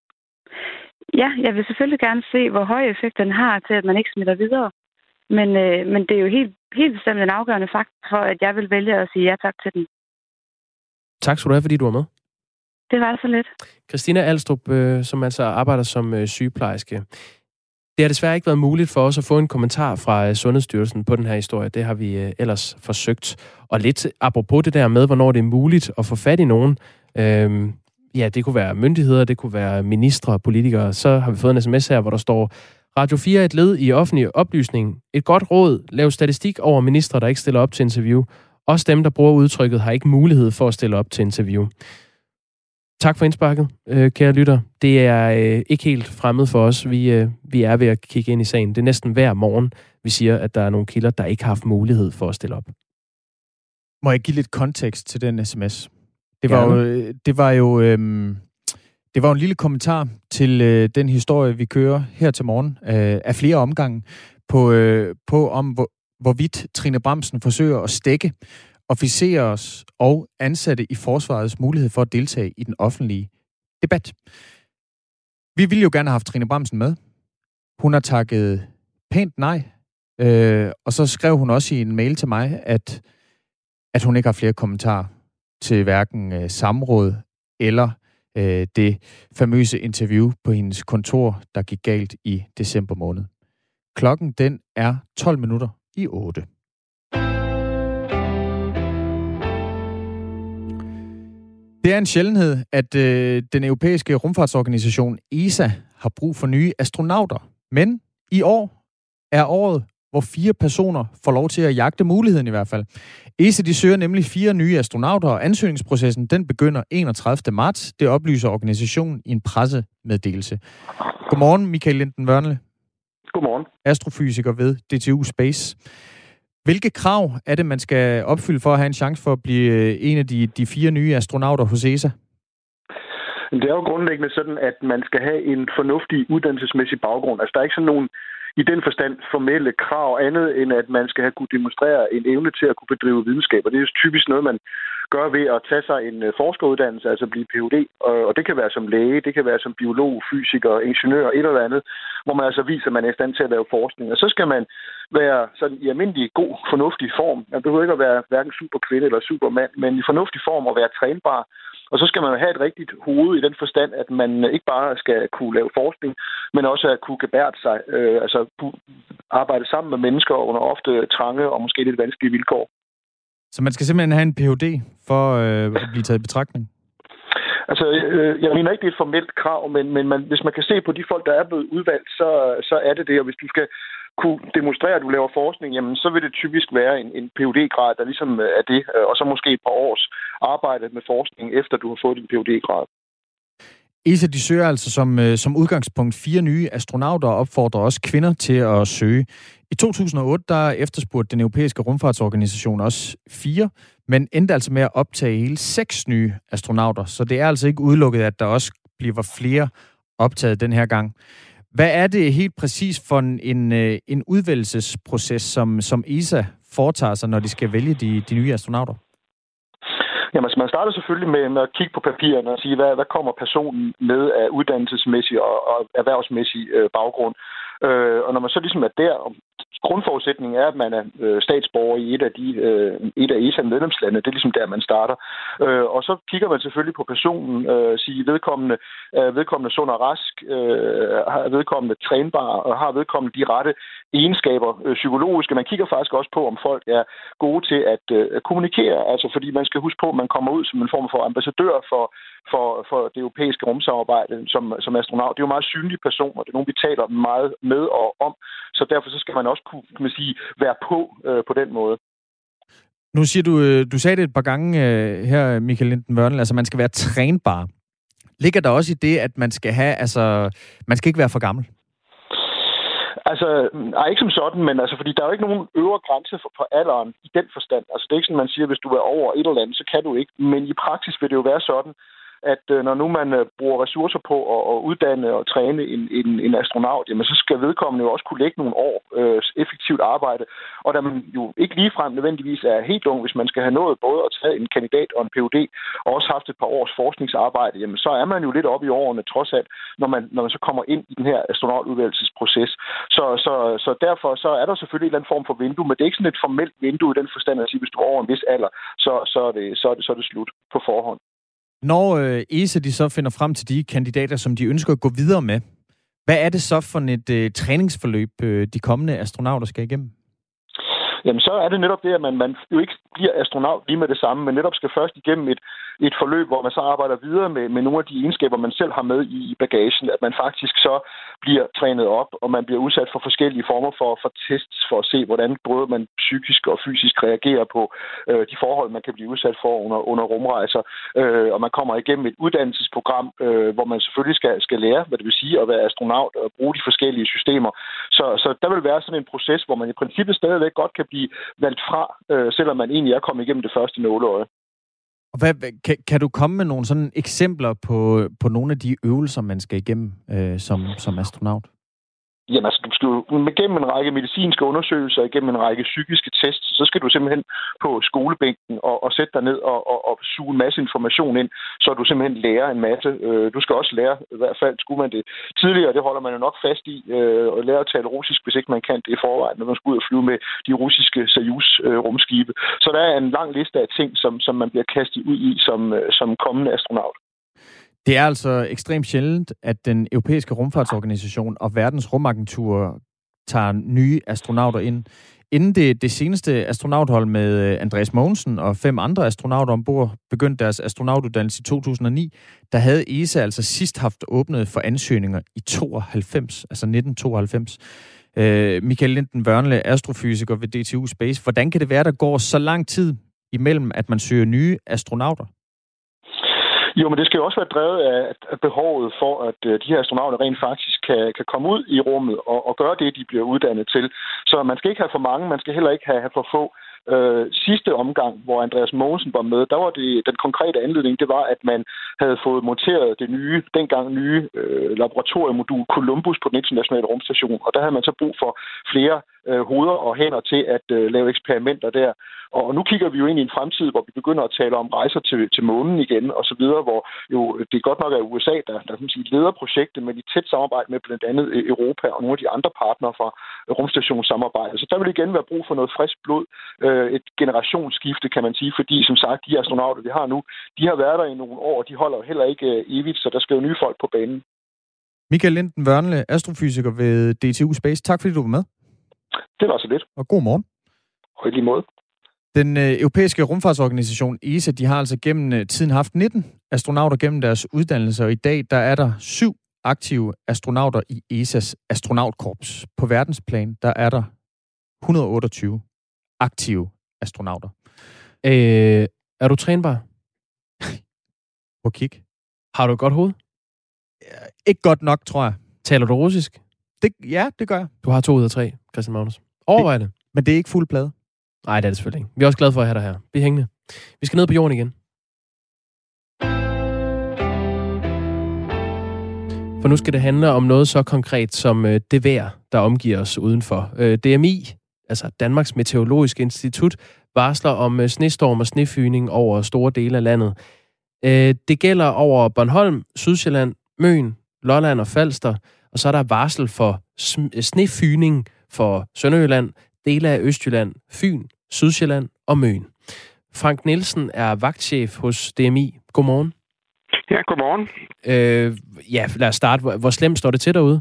S7: Ja, jeg vil selvfølgelig gerne se, hvor høj effekt den har til, at man ikke smitter videre. Men det er jo helt bestemt en afgørende faktor for, at jeg vil vælge at sige ja tak til den.
S1: Tak skal du have, fordi du var med.
S7: Det var så lidt.
S1: Christina Alstrup, som altså arbejder som sygeplejerske. Det har desværre ikke været muligt for os at få en kommentar fra Sundhedsstyrelsen på den her historie. Det har vi ellers forsøgt. Og lidt apropos det der med, hvornår det er muligt at få fat i nogen. Ja, det kunne være myndigheder, det kunne være ministre og politikere. Så har vi fået en sms her, hvor der står: Radio 4 er et led i offentlig oplysning. Et godt råd: lav statistik over ministre, der ikke stiller op til interview. Også dem, der bruger udtrykket, har ikke mulighed for at stille op til interview. Tak for indsparket, kære lytter. Det er ikke helt fremmed for os. Vi er ved at kigge ind i sagen. Det er næsten hver morgen, vi siger, at der er nogle kilder, der ikke har haft mulighed for at stille op.
S2: Må jeg give lidt kontekst til den sms? Det var jo en lille kommentar til den historie, vi kører her til morgen af flere omgange på hvorvidt Trine Bramsen forsøger at stække officerers og ansatte i forsvarets mulighed for at deltage i den offentlige debat. Vi ville jo gerne have haft Trine Bramsen med. Hun har takket pænt nej, og så skrev hun også i en mail til mig, at hun ikke har flere kommentarer til hverken samråd eller det famøse interview på hendes kontor, der gik galt i december måned. Klokken den er 7:12. Det er en sjældenhed, at den europæiske rumfartsorganisation ESA har brug for nye astronauter. Men i år er året, hvor 4 personer får lov til at jagte muligheden i hvert fald. ESA de søger nemlig 4 nye astronauter, og ansøgningsprocessen den begynder 31. marts. Det oplyser organisationen i en pressemeddelelse. Godmorgen, Michael Linden Wørnle.
S9: Godmorgen.
S2: Astrofysiker ved DTU Space. Hvilke krav er det, man skal opfylde for at have en chance for at blive en af de 4 nye astronauter hos ESA?
S9: Det er jo grundlæggende sådan, at man skal have en fornuftig uddannelsesmæssig baggrund. Altså, der er ikke sådan nogen i den forstand formelle krav andet, end at man skal have kunne demonstrere en evne til at kunne bedrive videnskab. Og det er jo typisk noget, man gør ved at tage sig en forskeruddannelse, altså blive Ph.D. Og det kan være som læge, det kan være som biolog, fysiker, ingeniør, et eller andet, hvor man altså viser, at man er i stand til at lave forskning. Og så skal man være sådan i almindelig god, fornuftig form. Man behøver ikke at være hverken superkvinde eller supermand, men i fornuftig form og være trænbar. Og så skal man have et rigtigt hoved i den forstand, at man ikke bare skal kunne lave forskning, men også at kunne gebærde sig, altså kunne arbejde sammen med mennesker under ofte trange og måske lidt vanskelige vilkår.
S2: Så man skal simpelthen have en Ph.D. for at blive taget i betragtning?
S9: Altså, jeg mener ikke, det er et formelt krav, men hvis man kan se på de folk, der er blevet udvalgt, så er det det. Og hvis du skal kunne demonstrere, at du laver forskning, jamen, så vil det typisk være en Ph.D.-grad, der ligesom er det, og så måske et par års arbejde med forskning, efter du har fået din Ph.D.-grad.
S2: ESA, de søger altså som udgangspunkt 4 nye astronauter og opfordrer også kvinder til at søge. I 2008, der efterspurgte den europæiske rumfartsorganisation også 4, men endte altså med at optage hele 6 nye astronauter. Så det er altså ikke udelukket, at der også bliver flere optaget den her gang. Hvad er det helt præcis for en udvælgelsesproces, som ESA foretager sig, når de skal vælge de nye astronauter?
S9: Jamen, man starter selvfølgelig med at kigge på papirerne og sige, hvad kommer personen med af uddannelsesmæssig og erhvervsmæssig baggrund. Og når man så ligesom er der, grundforudsætningen er, at man er statsborger i et af ESA medlemslande. Det er ligesom der, man starter. Og så kigger man selvfølgelig på personen, sige vedkommende sund og rask, har vedkommende trænbar, og har vedkommende de rette egenskaber psykologiske. Man kigger faktisk også på, om folk er gode til at kommunikere. Altså fordi man skal huske på, at man kommer ud som en form for ambassadør for det europæiske rumsamarbejde som astronaut. Det er jo meget synlige personer. Det er nogen, vi taler meget med og om. Så derfor så skal man også kunne være på den måde.
S2: Nu siger du sagde det et par gange her, Michael Linden Wørnle, altså man skal være trænbar. Ligger der også i det, at man skal man skal ikke være for gammel?
S9: Altså, nej, ikke som sådan, men altså, fordi der er jo ikke nogen øvre grænse for alderen i den forstand. Altså, det er ikke sådan, man siger, hvis du er over et eller andet, så kan du ikke. Men i praksis vil det jo være sådan, at når nu man bruger ressourcer på at uddanne og træne en astronaut, jamen så skal vedkommende jo også kunne lægge nogle år effektivt arbejde. Og da man jo ikke ligefrem nødvendigvis er helt ung, hvis man skal have nået både at tage en kandidat og en PhD, og også haft et par års forskningsarbejde, jamen så er man jo lidt oppe i årene trods alt, når man så kommer ind i den her astronautudvælgelsesproces. Så derfor så er der selvfølgelig en eller anden form for vindue, men det er ikke sådan et formelt vindue i den forstand at sige, hvis du er over en vis alder, så er det slut på forhånd.
S2: Når ESA de så finder frem til de kandidater, som de ønsker at gå videre med, hvad er det så for et træningsforløb, de kommende astronauter skal igennem?
S9: Jamen, så er det netop det, at man jo ikke bliver astronaut lige med det samme, men netop skal først igennem et forløb, hvor man så arbejder videre med nogle af de egenskaber, man selv har med i bagagen, at man faktisk så bliver trænet op, og man bliver udsat for forskellige former for tests, for at se, hvordan både man psykisk og fysisk reagerer på de forhold, man kan blive udsat for under rumrejser. Og man kommer igennem et uddannelsesprogram, hvor man selvfølgelig skal lære, hvad det vil sige at være astronaut og bruge de forskellige systemer. Så der vil være sådan en proces, hvor man i princippet stadigvæk godt kan blive valgt fra, selvom man egentlig er kommet igennem det første nåleøje.
S2: Og kan du komme med nogle sådan eksempler på nogle af de øvelser, man skal igennem som astronaut?
S9: Jamen altså, du skal jo igennem en række medicinske undersøgelser, igennem en række psykiske tests, så skal du simpelthen på skolebænken og sætte dig ned og suge en masse information ind, så du simpelthen lærer en masse. Du skal også lære, i hvert fald skulle man det tidligere, det holder man jo nok fast i, og lære at tale russisk, hvis ikke man kan det i forvejen, når man skal ud og flyve med de russiske Soyuz-rumskibe. Så der er en lang liste af ting, som man bliver kastet ud i som kommende astronaut.
S2: Det er altså ekstremt sjældent, at den europæiske rumfartsorganisation og verdens rumagentur tager nye astronauter ind. Inden det seneste astronauthold med Andreas Mogensen og 5 andre astronauter ombord begyndte deres astronautuddannelse i 2009, der havde ESA altså sidst haft åbnet for ansøgninger i 1992. Michael Linden Wørnle, astrofysiker ved DTU Space. Hvordan kan det være, der går så lang tid imellem, at man søger nye astronauter?
S9: Jo, men det skal jo også være drevet af behovet for, at de her astronauter rent faktisk kan komme ud i rummet og gøre det, de bliver uddannet til. Så man skal ikke have for mange, man skal heller ikke have for få. Sidste omgang, hvor Andreas Mogensen var med, der var det den konkrete anledning, det var, at man havde fået monteret det dengang nye laboratoriemodul Columbus på den internationale rumstation, og der havde man så brug for flere hoveder og hænder til at lave eksperimenter der. Og nu kigger vi jo ind i en fremtid, hvor vi begynder at tale om rejser til månen igen og så videre, hvor jo det godt nok er USA, der leder projektet, men i tæt samarbejde med blandt andet Europa og nogle af de andre partnere fra rumstationssamarbejdet. Så der vil igen være brug for noget frisk blod, et generationsskifte, kan man sige, fordi som sagt, de astronauter, vi har nu, de har været der i nogle år, og de holder jo heller ikke evigt, så der skal jo nye folk på banen.
S2: Michael Linden Wørnle, astrofysiker ved DTU Space. Tak fordi du var med.
S9: Det var så lidt.
S2: Og god morgen.
S9: Og i lige måde.
S2: Den europæiske rumfartsorganisation ESA, de har altså gennem tiden haft 19 astronauter gennem deres uddannelse, og i dag der er der 7 aktive astronauter i ESAs astronautkorps. På verdensplan, der er der 128 aktive astronauter.
S1: Er du trænbar?
S2: På kig.
S1: Har du et godt hoved?
S2: ikke godt nok, tror jeg.
S1: Taler du russisk?
S2: Ja, det gør jeg.
S1: Du har 2 ud af 3, Christian Magnus. Overvej det.
S2: Men det er ikke fuld plade.
S1: Nej, det er det selvfølgelig ikke. Vi er også glade for at have dig her. Bliv hængende. Vi skal ned på jorden igen. For nu skal det handle om noget så konkret som det vejr, der omgiver os udenfor. DMI, altså Danmarks Meteorologiske Institut, varsler om snestorm og snefyning over store dele af landet. Det gælder over Bornholm, Sydsjælland, Møn, Lolland og Falster, og så er der varsel for snefyning for Sønderjylland, dele af Østjylland, Fyn, Sydsjælland og Møn. Frank Nielsen er vagtchef hos DMI. Godmorgen.
S10: Ja, godmorgen.
S1: Lad os starte. Hvor slemt står det til derude?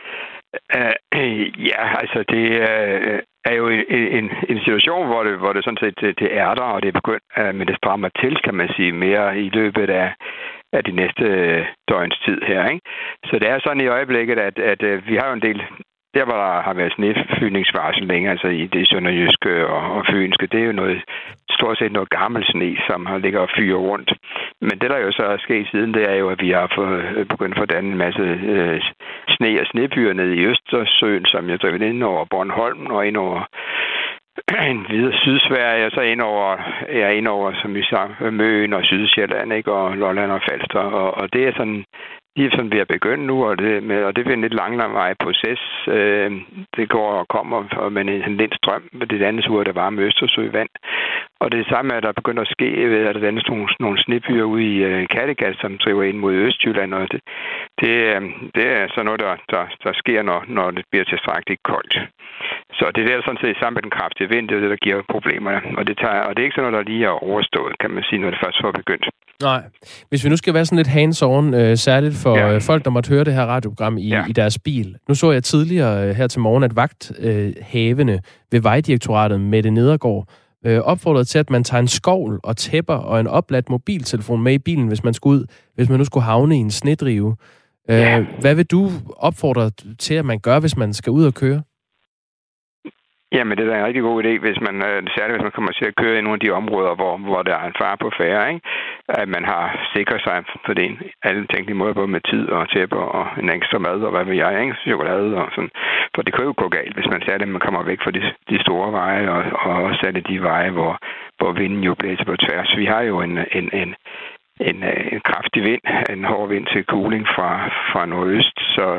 S10: Altså det er jo en situation, hvor det sådan set det er der, og det er begyndt, men det strammer til, kan man sige, mere i løbet af de næste døgns tid her, ikke? Så det er sådan i øjeblikket, at vi har jo en del. Der, hvor der har været snefyningsvarsel længe, altså i det sønderjyske og fynske, det er jo stort set noget gammel sne, som har ligget og fyret rundt. Men det, der jo så er sket siden, det er jo, at vi har begyndt at få dannet en masse sne og snebyer nede i Østersøen, som jeg driver ind over Bornholm og ind over en videre Sydsverige, og så ind over som vi sagde, Møn og Sydsjælland, ikke? Og Lolland og Falster. Og det er sådan, de er sådan ved at begynde nu, og det bliver en lidt langvarig proces. Det går og kommer med en lidt strøm, det andet uge, der var med Østersøvand. Og det samme er, der begynder at ske ved, at der dannes nogle snebyer ude i Kattegat, som driver ind mod Østjylland, og det er sådan noget, der sker, når det bliver tilstrækkeligt koldt. Så det er sådan set sammen med den kraftige vind, det er det, der giver problemerne. Og det er ikke sådan noget, der lige er overstået, kan man sige, når det først var begyndt. Nej.
S1: Hvis vi nu skal være sådan lidt hands-on, særligt for folk, der måtte høre det her radioprogram i deres bil. Nu så jeg tidligere her til morgen, at vagthavende ved Vejdirektoratet Mette Nedergaard opfordrede til, at man tager en skovl og tæpper og en opladt mobiltelefon med i bilen, hvis man nu skulle havne i en snedrive. Hvad vil du opfordre til, at man gør, hvis man skal ud og køre?
S10: Jamen, det er en rigtig god idé, særligt hvis man kommer til at køre i nogle af de områder, hvor der er en fare på færre, ikke? At man har sikret sig for det alle tænkelige måder, både med tid og tæpper og en ekstra mad og hvad ved jeg, ikke? Chokolade og sådan. For det kan jo gå galt, hvis man kommer væk fra de store veje, og også særligt de veje, hvor vinden jo blæser på tværs. Vi har jo en kraftig vind, en hård vind til cooling fra nordøst,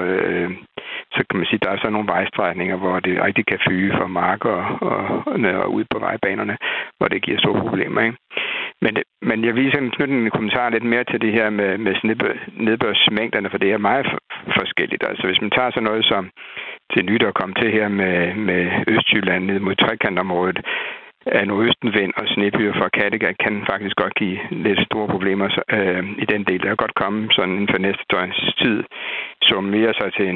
S10: så kan man sige, at der er så nogle vejstrækninger, hvor det rigtig kan fyge fra marker og ud på vejbanerne, hvor det giver store problemer, ikke? Men jeg vil knytte en kommentar lidt mere til det her med nedbørsmængderne, for det er meget forskelligt. Altså hvis man tager sådan noget som til nyt at komme til her med Østjylland ned mod trekantområdet, af nordøstenvind og snebyer fra Kattegat kan faktisk godt give lidt store problemer i den del. Der kan godt komme sådan inden for næste døgns tid, som mere sig til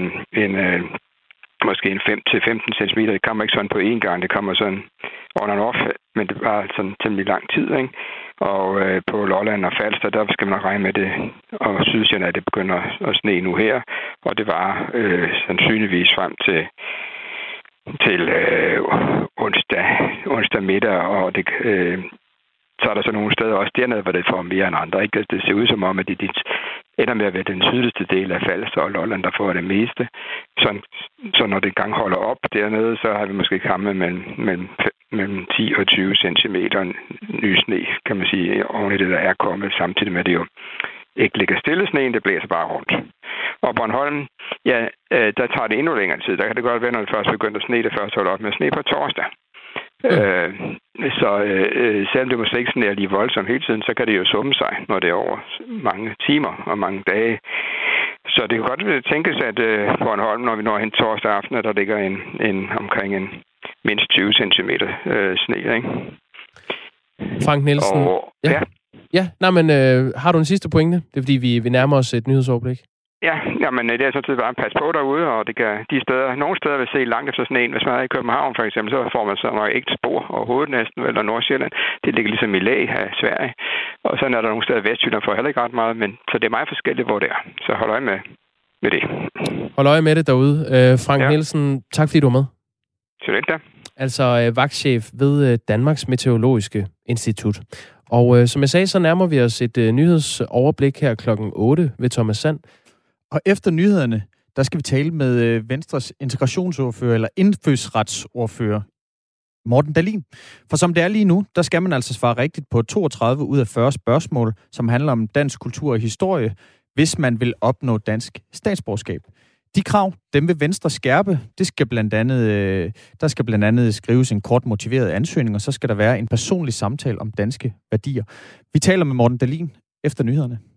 S10: måske en 5-15 cm. Det kommer ikke sådan på én gang, det kommer sådan on and off, men det var sådan temmelig lang tid, ikke? Og på Lolland og Falster, der skal man nok regne med det, og Sydsjælland, at det begynder at sne nu her, og det var sandsynligvis frem til onsdag middag, og så er der så nogle steder også dernede, hvor det får mere end andre. Ikke? Det ser ud som om, at det ender med at være den sydligste del af Falster og Lolland, der får det meste. Så når det engang holder op dernede, så har vi måske kommet mellem 10 og 20 centimeter ny sne, kan man sige, oven i det, der er kommet, samtidig med det jo ikke ligger stille sneen, det blæser bare rundt. Og Bornholm, der tager det endnu længere tid. Der kan det godt være, når det først begynder at sne, det først holder op med at sne på torsdag. Selvom det måske ikke sådan er lige voldsomt hele tiden, så kan det jo summe sig, når det er over mange timer og mange dage. Så det kan godt tænkes, at Bornholm, når vi når hen torsdag aften, at der ligger omkring en mindst 20 cm sne, ikke?
S1: Frank Nielsen. Har du en sidste pointe? Det er fordi, vi nærmer os et nyhedsoverblik.
S10: Ja, men det er sådan set bare at passe på derude, og det kan nogle steder vil se langt efter sådan en. Hvis man er i København for eksempel, så får man så nok ikke spor overhovedet næsten, eller Nordsjælland. Det ligger ligesom i læg af Sverige. Og så er der nogle steder i Vestjylland, får heller ikke ret meget, men så det er meget forskelligt, hvor det er. Så hold øje med det. Hold øje med det derude. Frank Nielsen, tak fordi du var med. Så lidt da. Altså vagtchef ved Danmarks Meteorologiske Institut. Og som jeg sagde, så nærmer vi os et nyhedsoverblik her klokken 8 ved Thomas Sand.
S2: Og efter nyhederne, der skal vi tale med Venstres integrationsordfører, eller indfødsretsordfører, Morten Dahlin. For som det er lige nu, der skal man altså svare rigtigt på 32 ud af 40 spørgsmål, som handler om dansk kultur og historie, hvis man vil opnå dansk statsborgerskab. De krav, dem vil Venstre skærpe. Der skal blandt andet skrives en kort motiveret ansøgning, og så skal der være en personlig samtale om danske værdier. Vi taler med Morten Dahlin efter nyhederne.